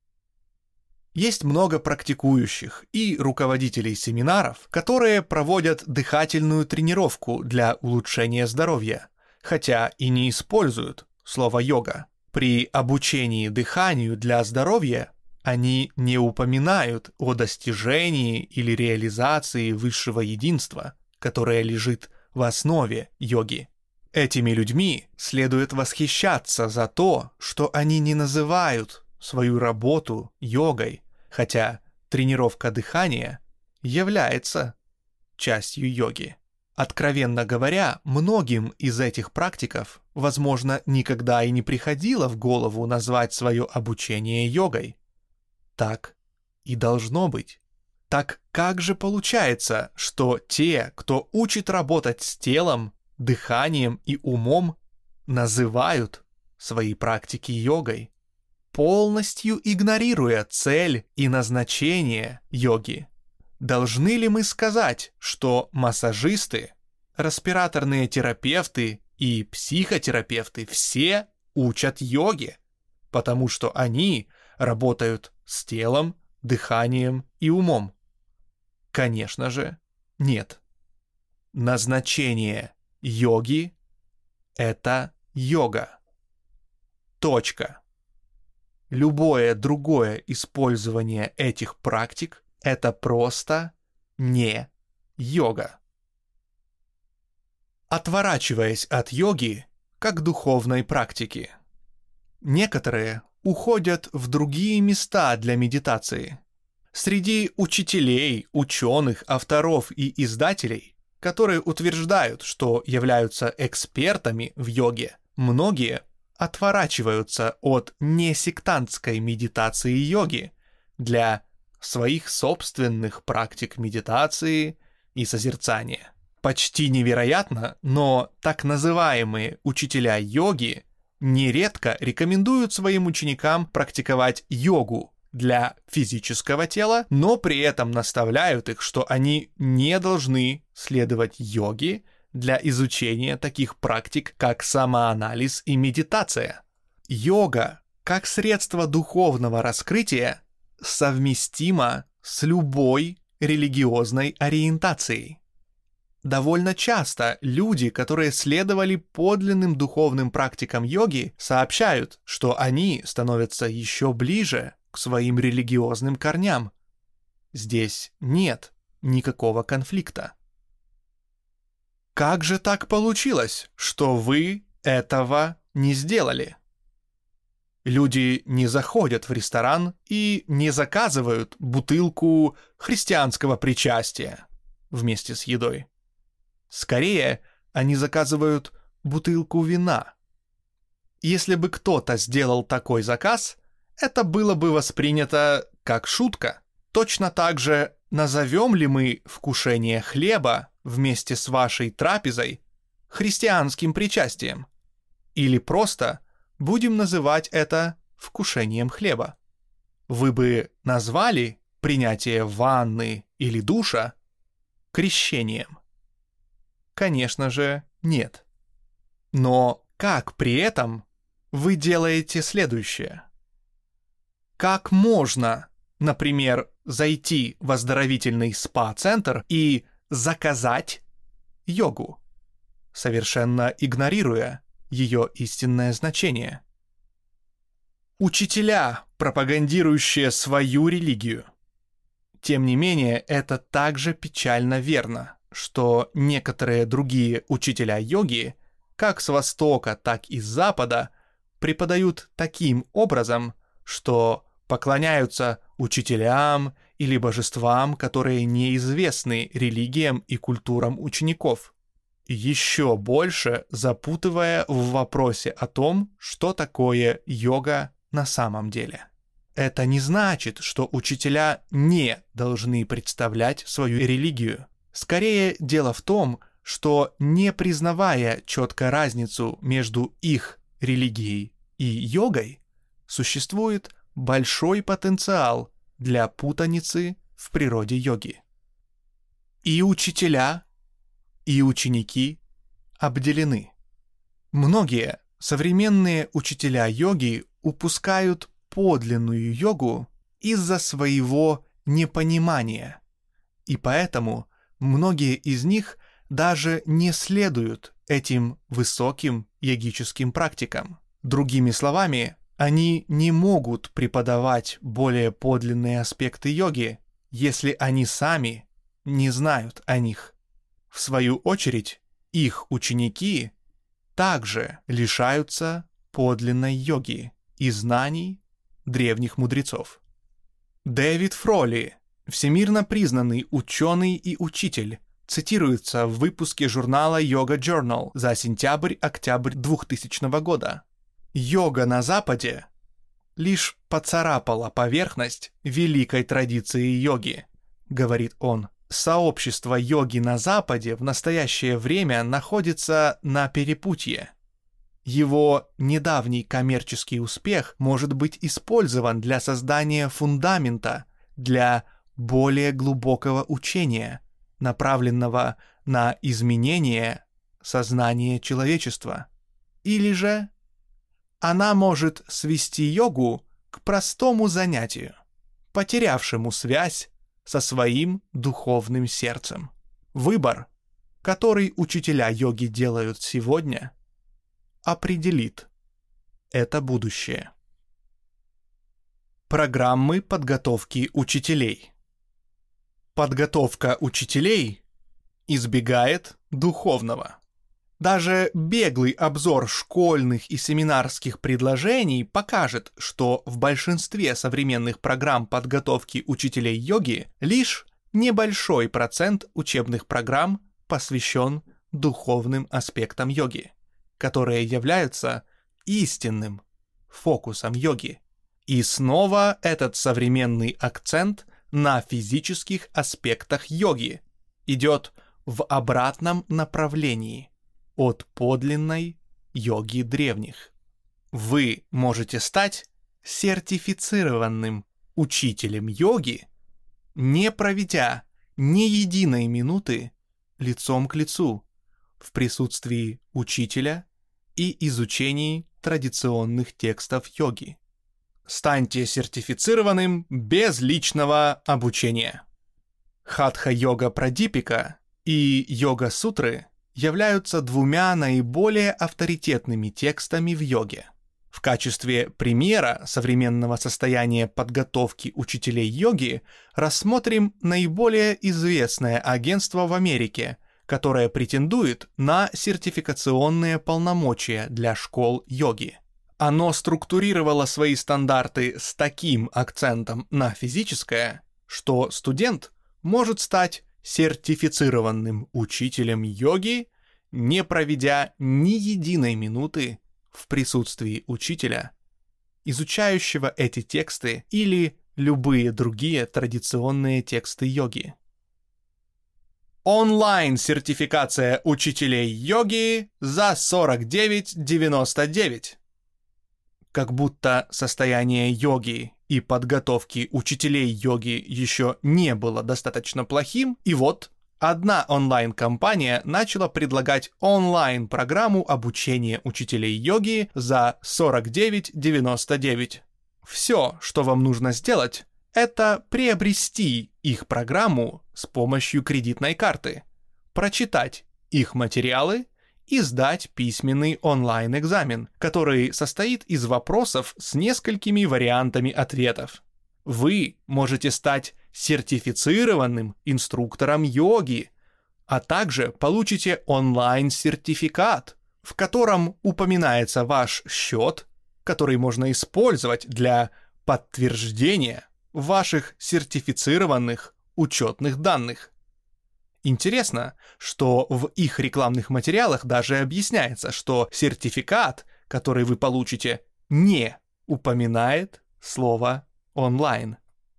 A: Есть много практикующих и руководителей семинаров, которые проводят дыхательную тренировку для улучшения здоровья, хотя и не используют слово «йога». При обучении дыханию для здоровья они не упоминают о достижении или реализации высшего единства, которое лежит в основе йоги. Этими людьми следует восхищаться за то, что они не называют свою работу йогой, хотя тренировка дыхания является частью йоги. Откровенно говоря, многим из этих практиков, возможно, никогда и не приходило в голову назвать свое обучение йогой. Так и должно быть. Так как же получается, что те, кто учит работать с телом, дыханием и умом, называют свои практики йогой, полностью игнорируя цель и назначение йоги? Должны ли мы сказать, что массажисты, респираторные терапевты и психотерапевты все учат йоге, потому что они работают с телом, дыханием и умом? Конечно же, нет. Назначение йоги — это йога. Точка. Любое другое использование этих практик — это просто не йога. Отворачиваясь от йоги как духовной практики, некоторые уходят в другие места для медитации. Среди учителей, ученых, авторов и издателей, которые утверждают, что являются экспертами в йоге, многие отворачиваются от несектантской медитации йоги для своих собственных практик медитации и созерцания. Почти невероятно, но так называемые учителя йоги нередко рекомендуют своим ученикам практиковать йогу для физического тела, но при этом наставляют их, что они не должны следовать йоге для изучения таких практик, как самоанализ и медитация. Йога, как средство духовного раскрытия, совместима с любой религиозной ориентацией. Довольно часто люди, которые следовали подлинным духовным практикам йоги, сообщают, что они становятся еще ближе к своим религиозным корням. Здесь нет никакого конфликта. Как же так получилось, что вы этого не сделали? Люди не заходят в ресторан и не заказывают бутылку христианского причастия вместе с едой. Скорее, они заказывают бутылку вина. Если бы кто-то сделал такой заказ, это было бы воспринято как шутка. Точно так же назовем ли мы вкушение хлеба вместе с вашей трапезой христианским причастием? Или просто будем называть это вкушением хлеба? Вы бы назвали принятие ванны или душа крещением? Конечно же, нет. Но как при этом вы делаете следующее? Как можно, например, зайти в оздоровительный спа-центр и заказать йогу, совершенно игнорируя ее истинное значение? Учителя, пропагандирующие свою религию. Тем не менее, это также печально верно, что некоторые другие учителя йоги, как с Востока, так и с Запада, преподают таким образом, что поклоняются учителям или божествам, которые неизвестны религиям и культурам учеников, еще больше запутывая в вопросе о том, что такое йога на самом деле. Это не значит, что учителя не должны представлять свою религию. Скорее, дело в том, что, не признавая четко разницу между их религией и йогой, существует большой потенциал для путаницы в природе йоги. И учителя, и ученики обделены. Многие современные учителя йоги упускают подлинную йогу из-за своего непонимания, и поэтому многие из них даже не следуют этим высоким йогическим практикам. Другими словами, они не могут преподавать более подлинные аспекты йоги, если они сами не знают о них. В свою очередь, их ученики также лишаются подлинной йоги и знаний древних мудрецов. Дэвид Фроли, всемирно признанный ученый и учитель, цитируется в выпуске журнала Yoga Journal за сентябрь-октябрь двухтысячного года. Йога на Западе лишь поцарапала поверхность великой традиции йоги, говорит он. Сообщество йоги на Западе в настоящее время находится на перепутье. Его недавний коммерческий успех может быть использован для создания фундамента для более глубокого учения, направленного на изменение сознания человечества. Или же она может свести йогу к простому занятию, потерявшему связь со своим духовным сердцем. Выбор, который учителя йоги делают сегодня, определит это будущее. Программы подготовки учителей. Подготовка учителей избегает духовного. Даже беглый обзор школьных и семинарских предложений покажет, что в большинстве современных программ подготовки учителей йоги лишь небольшой процент учебных программ посвящен духовным аспектам йоги, которые являются истинным фокусом йоги. И снова этот современный акцент на физических аспектах йоги идет в обратном направлении от подлинной йоги древних. Вы можете стать сертифицированным учителем йоги, не проведя ни единой минуты лицом к лицу в присутствии учителя и изучении традиционных текстов йоги. Станьте сертифицированным без личного обучения. Хатха-йога Прадипика и йога-сутры являются двумя наиболее авторитетными текстами в йоге. В качестве примера современного состояния подготовки учителей йоги рассмотрим наиболее известное агентство в Америке, которое претендует на сертификационные полномочия для школ йоги. Оно структурировало свои стандарты с таким акцентом на физическое, что студент может стать сертифицированным учителем йоги, не проведя ни единой минуты в присутствии учителя, изучающего эти тексты или любые другие традиционные тексты йоги. Онлайн-сертификация учителей йоги за сорок девять девяносто девять. Как будто состояние йоги и подготовки учителей йоги еще не было достаточно плохим, и вот одна онлайн-компания начала предлагать онлайн-программу обучения учителей йоги за сорок девять девяносто девять. Все, что вам нужно сделать, это приобрести их программу с помощью кредитной карты, прочитать их материалы и сдать письменный онлайн-экзамен, который состоит из вопросов с несколькими вариантами ответов. Вы можете стать сертифицированным инструктором йоги, а также получите онлайн-сертификат, в котором упоминается ваш счет, который можно использовать для подтверждения ваших сертифицированных учетных данных. Интересно, что в их рекламных материалах даже объясняется, что сертификат, который вы получите, не упоминает слово «онлайн».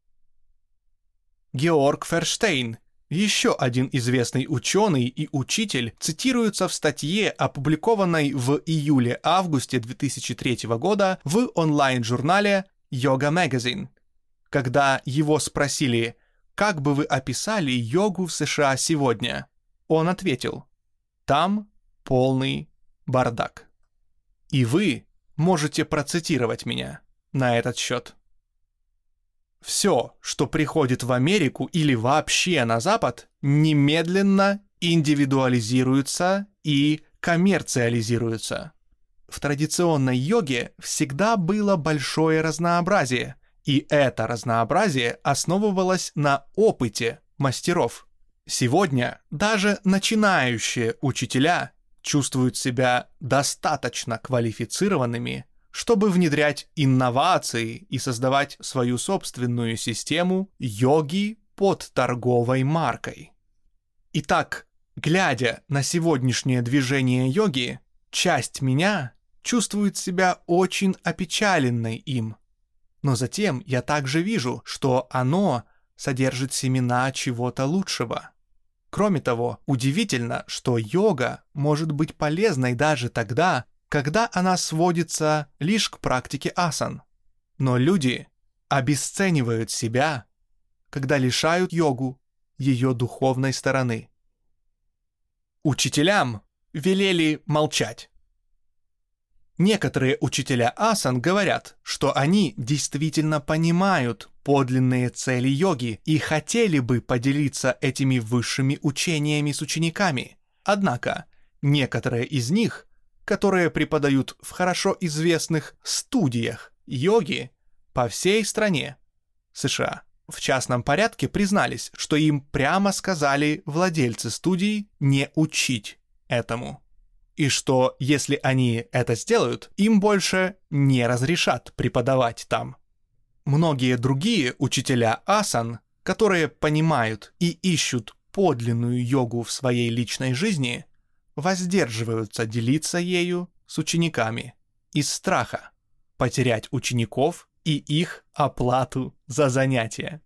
A: Георг Ферштейн, еще один известный ученый и учитель, цитируется в статье, опубликованной в июле-августе две тысячи третьего года в онлайн-журнале Yoga Magazine, когда его спросили: «Как бы вы описали йогу в США сегодня?» Он ответил: «Там полный бардак». И вы можете процитировать меня на этот счет. Все, что приходит в Америку или вообще на Запад, немедленно индивидуализируется и коммерциализируется. В традиционной йоге всегда было большое разнообразие, и это разнообразие основывалось на опыте мастеров. Сегодня даже начинающие учителя чувствуют себя достаточно квалифицированными, чтобы внедрять инновации и создавать свою собственную систему йоги под торговой маркой. Итак, глядя на сегодняшнее движение йоги, часть меня чувствует себя очень опечаленной им. Но затем я также вижу, что оно содержит семена чего-то лучшего. Кроме того, удивительно, что йога может быть полезной даже тогда, когда она сводится лишь к практике асан. Но люди обесценивают себя, когда лишают йогу ее духовной стороны. Учителям велели молчать. Некоторые учителя асан говорят, что они действительно понимают подлинные цели йоги и хотели бы поделиться этими высшими учениями с учениками. Однако некоторые из них, которые преподают в хорошо известных студиях йоги по всей стране США, в частном порядке признались, что им прямо сказали владельцы студий не учить этому. И что, если они это сделают, им больше не разрешат преподавать там. Многие другие учителя асан, которые понимают и ищут подлинную йогу в своей личной жизни, воздерживаются делиться ею с учениками из страха потерять учеников и их оплату за занятия.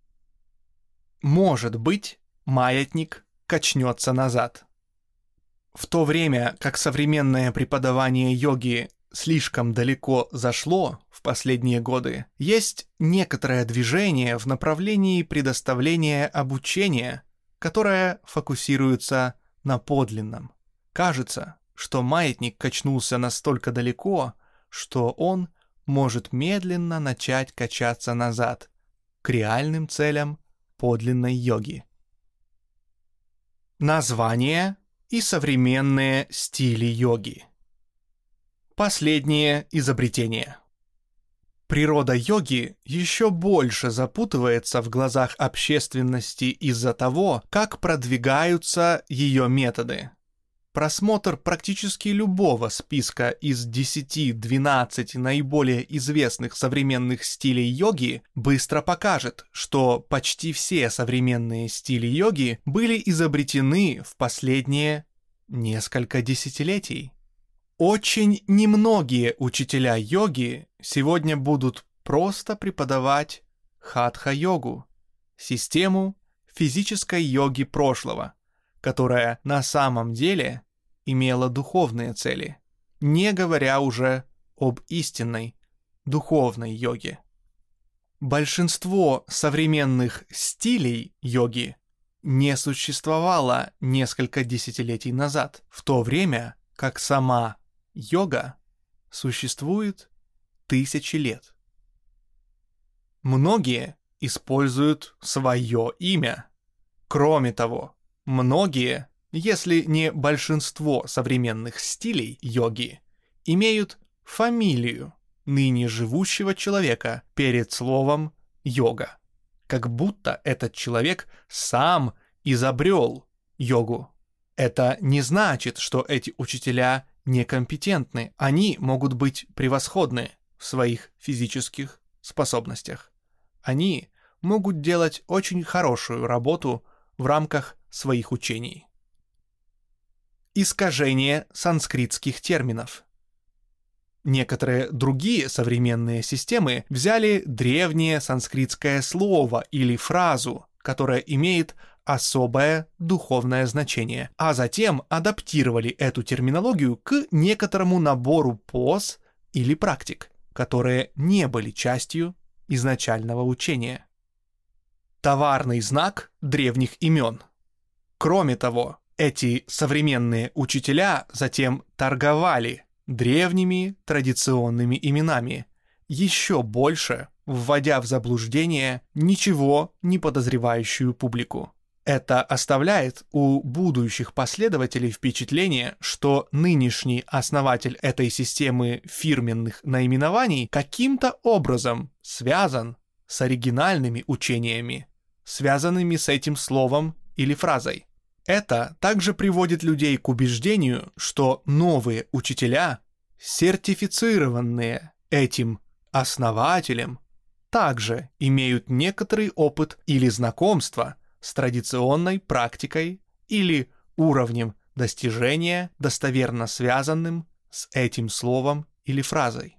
A: Может быть, маятник качнется назад. В то время как современное преподавание йоги слишком далеко зашло в последние годы, есть некоторое движение в направлении предоставления обучения, которое фокусируется на подлинном. Кажется, что маятник качнулся настолько далеко, что он может медленно начать качаться назад к реальным целям подлинной йоги. Название и современные стили йоги. Последнее изобретение. Природа йоги еще больше запутывается в глазах общественности из-за того, как продвигаются ее методы. Просмотр практически любого списка из десяти-двенадцати наиболее известных современных стилей йоги быстро покажет, что почти все современные стили йоги были изобретены в последние несколько десятилетий. Очень немногие учителя йоги сегодня будут просто преподавать хатха-йогу, систему физической йоги прошлого, которая на самом деле имела духовные цели, не говоря уже об истинной духовной йоге. Большинство современных стилей йоги не существовало несколько десятилетий назад, в то время как сама йога существует тысячи лет. Многие используют свое имя. Кроме того, многие, если не большинство современных стилей йоги, имеют фамилию ныне живущего человека перед словом «йога», как будто этот человек сам изобрел йогу. Это не значит, что эти учителя некомпетентны. Они могут быть превосходны в своих физических способностях. Они могут делать очень хорошую работу в рамках своих учений. Искажение санскритских терминов. Некоторые другие современные системы взяли древнее санскритское слово или фразу, которая имеет особое духовное значение, а затем адаптировали эту терминологию к некоторому набору поз или практик, которые не были частью изначального учения. Товарный знак древних имен. Кроме того, эти современные учителя затем торговали древними традиционными именами, еще больше вводя в заблуждение ничего не подозревающую публику. Это оставляет у будущих последователей впечатление, что нынешний основатель этой системы фирменных наименований каким-то образом связан с оригинальными учениями, связанными с этим словом или фразой. Это также приводит людей к убеждению, что новые учителя, сертифицированные этим основателем, также имеют некоторый опыт или знакомство с традиционной практикой или уровнем достижения, достоверно связанным с этим словом или фразой.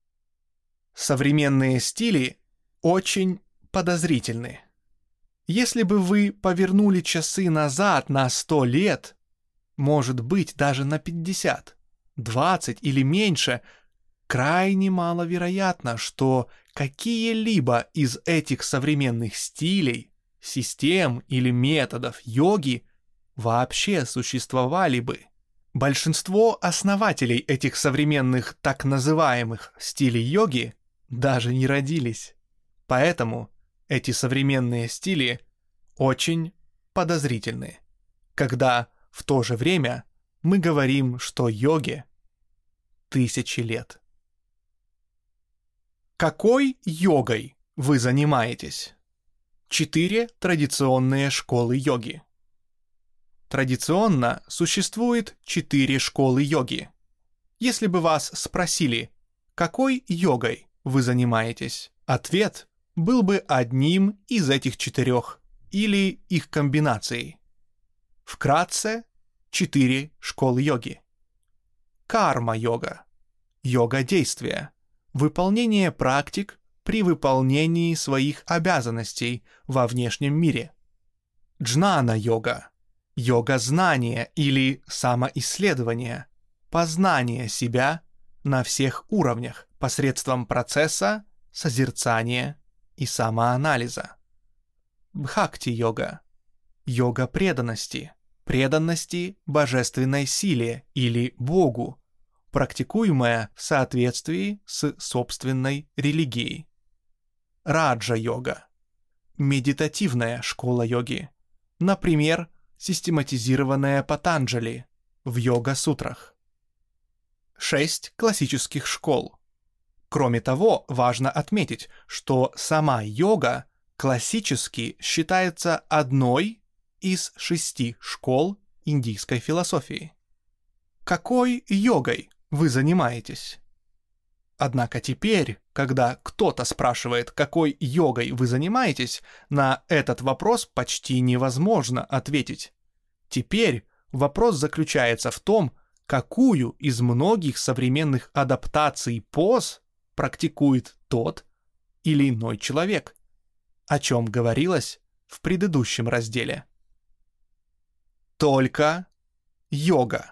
A: Современные стили очень подозрительны. Если бы вы повернули часы назад на сто лет, может быть, даже на пятьдесят, двадцать или меньше, крайне маловероятно, что какие-либо из этих современных стилей, систем или методов йоги вообще существовали бы. Большинство основателей этих современных так называемых стилей йоги даже не родились. Поэтому эти современные стили очень подозрительны, когда в то же время мы говорим, что йоге тысячи лет. Какой йогой вы занимаетесь? Четыре традиционные школы йоги. Традиционно существует четыре школы йоги. Если бы вас спросили, какой йогой вы занимаетесь, ответ был бы одним из этих четырех или их комбинацией. Вкратце, четыре школы йоги. Карма-йога, йога действия, выполнение практик при выполнении своих обязанностей во внешнем мире. Джнана-йога, йога знания или самоисследования, познание себя на всех уровнях посредством процесса созерцания и самоанализа. Бхакти-йога, йога преданности, преданности божественной силе или Богу, практикуемая в соответствии с собственной религией. Раджа-йога, медитативная школа йоги, например, систематизированное Патанджали в йога-сутрах. Шесть классических школ. Кроме того, важно отметить, что сама йога классически считается одной из шести школ индийской философии. Какой йогой вы занимаетесь? Однако теперь, когда кто-то спрашивает, какой йогой вы занимаетесь, на этот вопрос почти невозможно ответить. Теперь вопрос заключается в том, какую из многих современных адаптаций поз практикует тот или иной человек, о чем говорилось в предыдущем разделе. Только йога.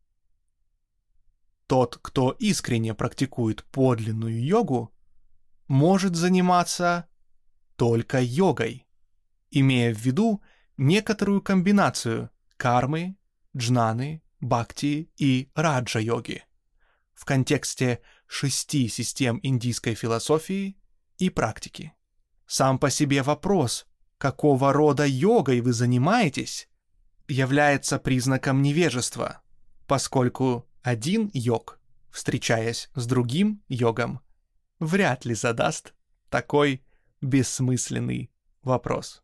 A: Тот, кто искренне практикует подлинную йогу, может заниматься только йогой, имея в виду некоторую комбинацию кармы, джнаны, бхакти и раджа-йоги в контексте шести систем индийской философии и практики. Сам по себе вопрос, какого рода йогой вы занимаетесь, является признаком невежества, поскольку один йог, встречаясь с другим йогом, вряд ли задаст такой бессмысленный вопрос.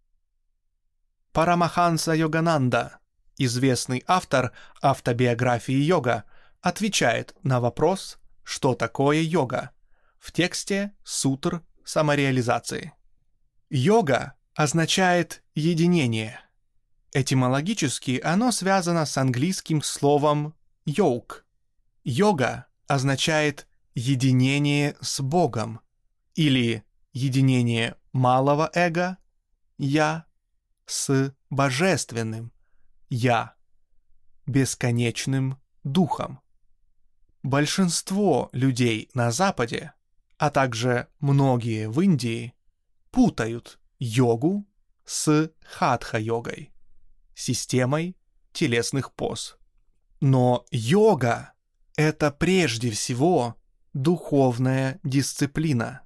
A: Парамаханса Йогананда, известный автор автобиографии йога, отвечает на вопрос, что такое йога, в тексте Сутр самореализации. Йога означает единение. Этимологически оно связано с английским словом «йог». Йога означает единение с Богом или единение малого эго «я» с божественным «я», бесконечным духом. Большинство людей на Западе, а также многие в Индии, путают йогу с хатха-йогой, системой телесных поз. Но йога — это прежде всего духовная дисциплина.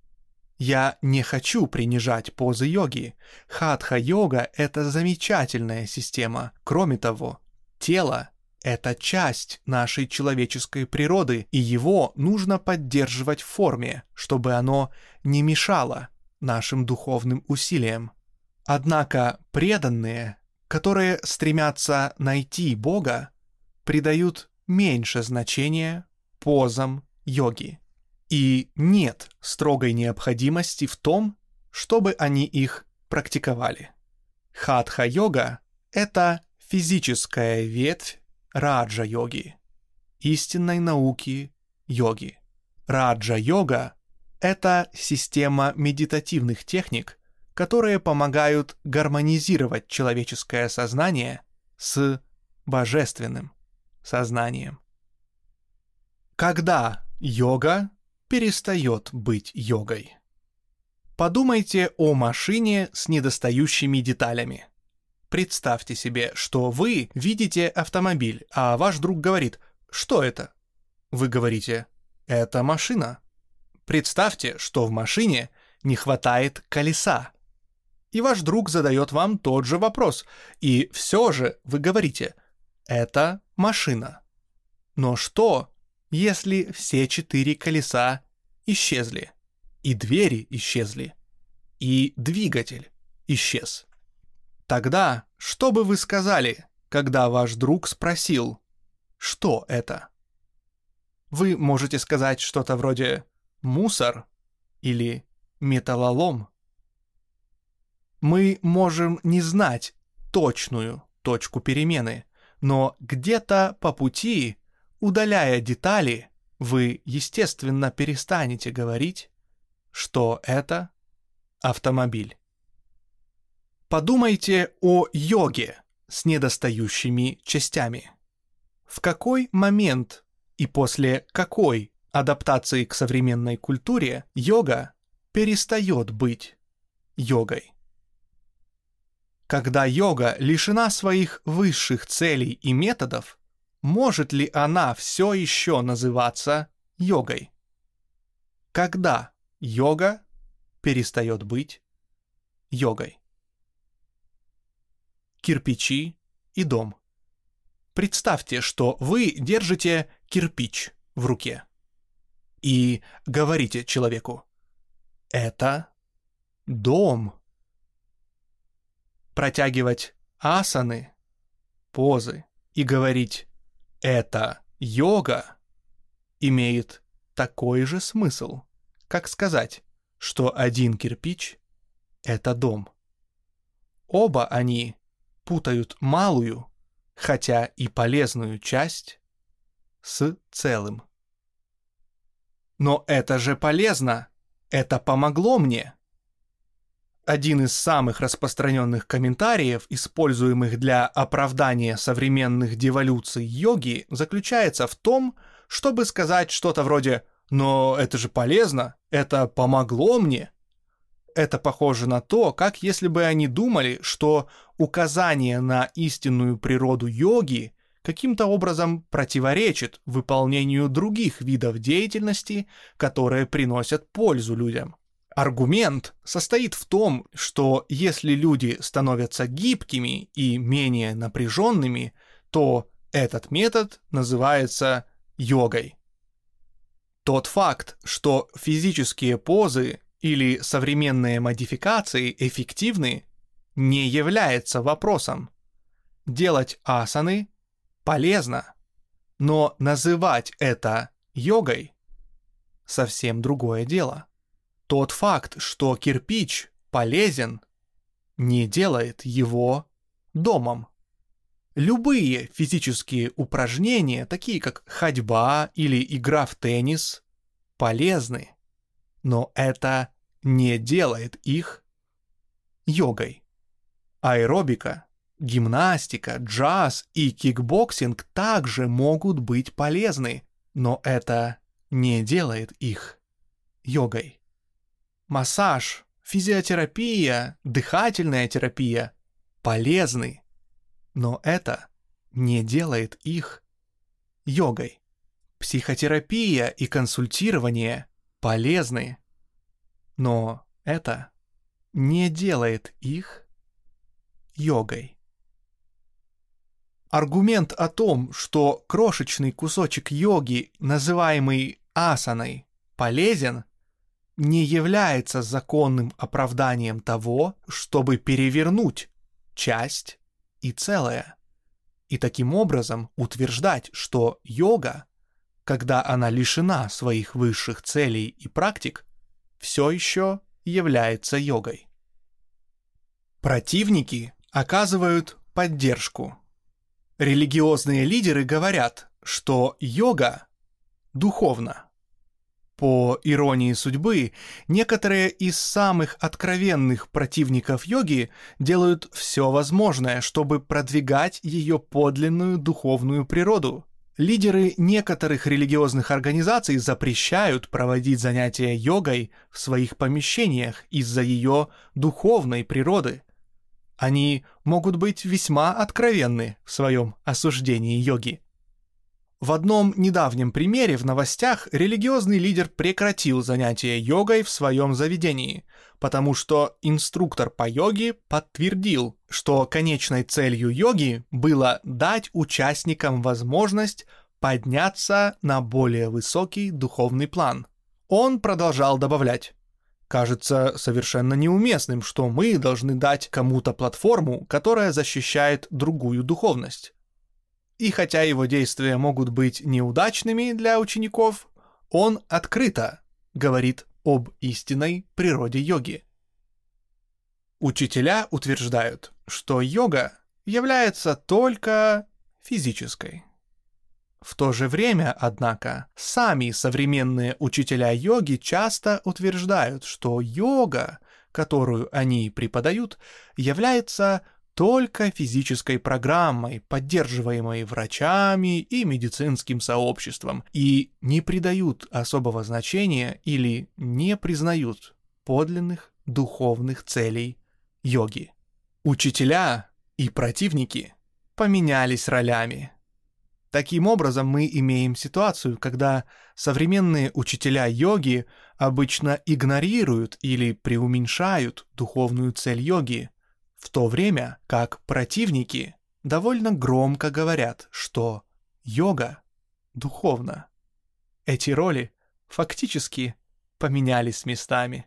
A: Я не хочу принижать позы йоги. Хатха-йога — это замечательная система. Кроме того, тело — это часть нашей человеческой природы, и его нужно поддерживать в форме, чтобы оно не мешало нашим духовным усилиям. Однако преданные, которые стремятся найти Бога, придают меньше значения позам йоги. И нет строгой необходимости в том, чтобы они их практиковали. Хатха-йога — это физическая ветвь раджа-йоги, истинной науки йоги. Раджа-йога — это система медитативных техник, которые помогают гармонизировать человеческое сознание с божественным сознанием. Когда йога перестает быть йогой? Подумайте о машине с недостающими деталями. Представьте себе, что вы видите автомобиль, а ваш друг говорит: «Что это?» Вы говорите: «Это машина». Представьте, что в машине не хватает колеса. И ваш друг задает вам тот же вопрос, и все же вы говорите: «Это машина». Но что, если все четыре колеса исчезли, и двери исчезли, и двигатель исчез? Тогда что бы вы сказали, когда ваш друг спросил: «Что это?» Вы можете сказать что-то вроде «мусор» или «металлолом». Мы можем не знать точную точку перемены, но где-то по пути, удаляя детали, вы, естественно, перестанете говорить, что это автомобиль. Подумайте о йоге с недостающими частями. В какой момент и после какой адаптации к современной культуре йога перестает быть йогой? Когда йога лишена своих высших целей и методов, может ли она все еще называться йогой? Когда йога перестает быть йогой? кирпичи и дом. Представьте, что вы держите кирпич в руке и говорите человеку: «Это дом». Протягивать асаны, позы и говорить «это йога» имеет такой же смысл, как сказать, что один кирпич — это дом. Оба они путают малую, хотя и полезную часть, с целым. Но это же полезно, это помогло мне. Один из самых распространенных комментариев, используемых для оправдания современных деволюций йоги, заключается в том, чтобы сказать что-то вроде «но это же полезно, это помогло мне». Это похоже на то, как если бы они думали, что указание на истинную природу йоги каким-то образом противоречит выполнению других видов деятельности, которые приносят пользу людям. Аргумент состоит в том, что если люди становятся гибкими и менее напряженными, то этот метод называется йогой. Тот факт, что физические позы или современные модификации эффективны, не является вопросом. Делать асаны полезно, но называть это йогой — совсем другое дело. Тот факт, что кирпич полезен, не делает его домом. Любые физические упражнения, такие как ходьба или игра в теннис, полезны, но это не делает их йогой. Аэробика, гимнастика, джаз и кикбоксинг также могут быть полезны, но это не делает их йогой. Массаж, физиотерапия, дыхательная терапия полезны, но это не делает их йогой. Психотерапия и консультирование полезны, но это не делает их йогой. Аргумент о том, что крошечный кусочек йоги, называемый асаной, полезен, не является законным оправданием того, чтобы перевернуть часть и целое, и таким образом утверждать, что йога, когда она лишена своих высших целей и практик, все еще является йогой. Противники оказывают поддержку. Религиозные лидеры говорят, что йога духовна. По иронии судьбы, некоторые из самых откровенных противников йоги делают все возможное, чтобы продвигать ее подлинную духовную природу. Лидеры некоторых религиозных организаций запрещают проводить занятия йогой в своих помещениях из-за ее духовной природы. Они могут быть весьма откровенны в своем осуждении йоги. В одном недавнем примере в новостях религиозный лидер прекратил занятия йогой в своем заведении, потому что инструктор по йоге подтвердил, что конечной целью йоги было дать участникам возможность подняться на более высокий духовный план. Он продолжал добавлять: «Кажется совершенно неуместным, что мы должны дать кому-то платформу, которая защищает другую духовность». И хотя его действия могут быть неудачными для учеников, он открыто говорит об истинной природе йоги. Учителя утверждают, что йога является только физической. В то же время, однако, сами современные учителя йоги часто утверждают, что йога, которую они преподают, является только физической программой, поддерживаемой врачами и медицинским сообществом, и не придают особого значения или не признают подлинных духовных целей йоги. Учителя и противники поменялись ролями. Таким образом, мы имеем ситуацию, когда современные учителя йоги обычно игнорируют или преуменьшают духовную цель йоги, В то время как противники довольно громко говорят, что йога духовна. Эти роли фактически поменялись местами.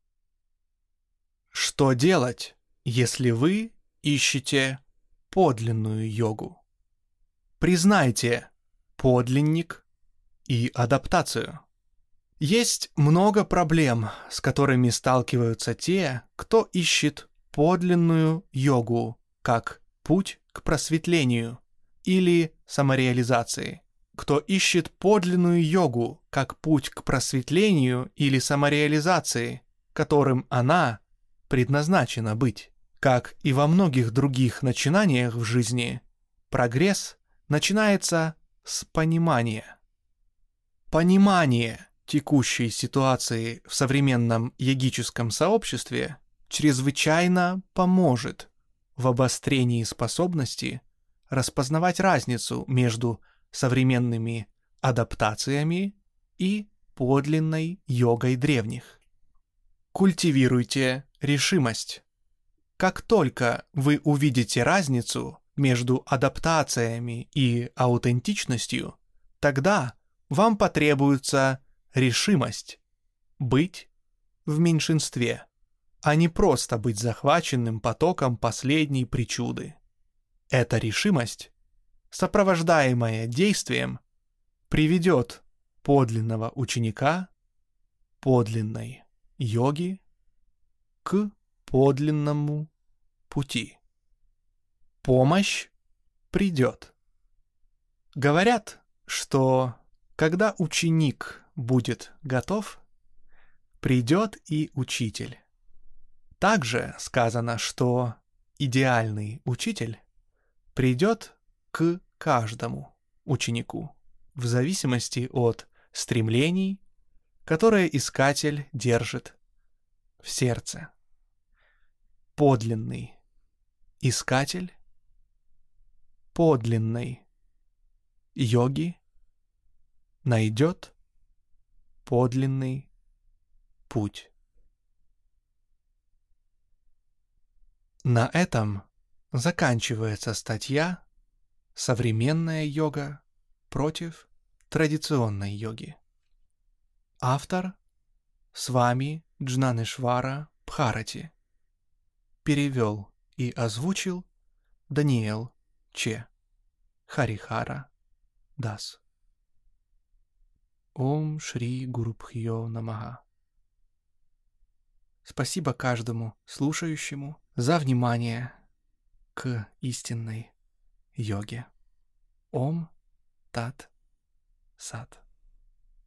A: Что делать, если вы ищете подлинную йогу? Признайте подлинник и адаптацию. Есть много проблем, с которыми сталкиваются те, кто ищет подлинную йогу как путь к просветлению или самореализации. Кто ищет подлинную йогу как путь к просветлению или самореализации, которым она предназначена быть. Как и во многих других начинаниях в жизни, прогресс начинается с понимания. Понимание текущей ситуации в современном йогическом сообществе чрезвычайно поможет в обострении способности распознавать разницу между современными адаптациями и подлинной йогой древних. Культивируйте решимость. Как только вы увидите разницу между адаптациями и аутентичностью, тогда вам потребуется решимость быть в меньшинстве, а не просто быть захваченным потоком последней причуды. Эта решимость, сопровождаемая действием, приведет подлинного ученика, подлинной йоги к подлинному пути. Помощь придет. Говорят, что когда ученик будет готов, придет и учитель. Также сказано, что идеальный учитель придет к каждому ученику в зависимости от стремлений, которые искатель держит в сердце. Подлинный искатель подлинной йоги найдет подлинный путь. На этом заканчивается статья «Современная йога против традиционной йоги». Автор с вами Джнанешвара Бхарати. Перевел и озвучил Даниэл Че. Харихара Дас. Ом Шри Гурубхьо Намаха. Спасибо каждому слушающему за внимание к истинной йоге. Ом Тат Сат.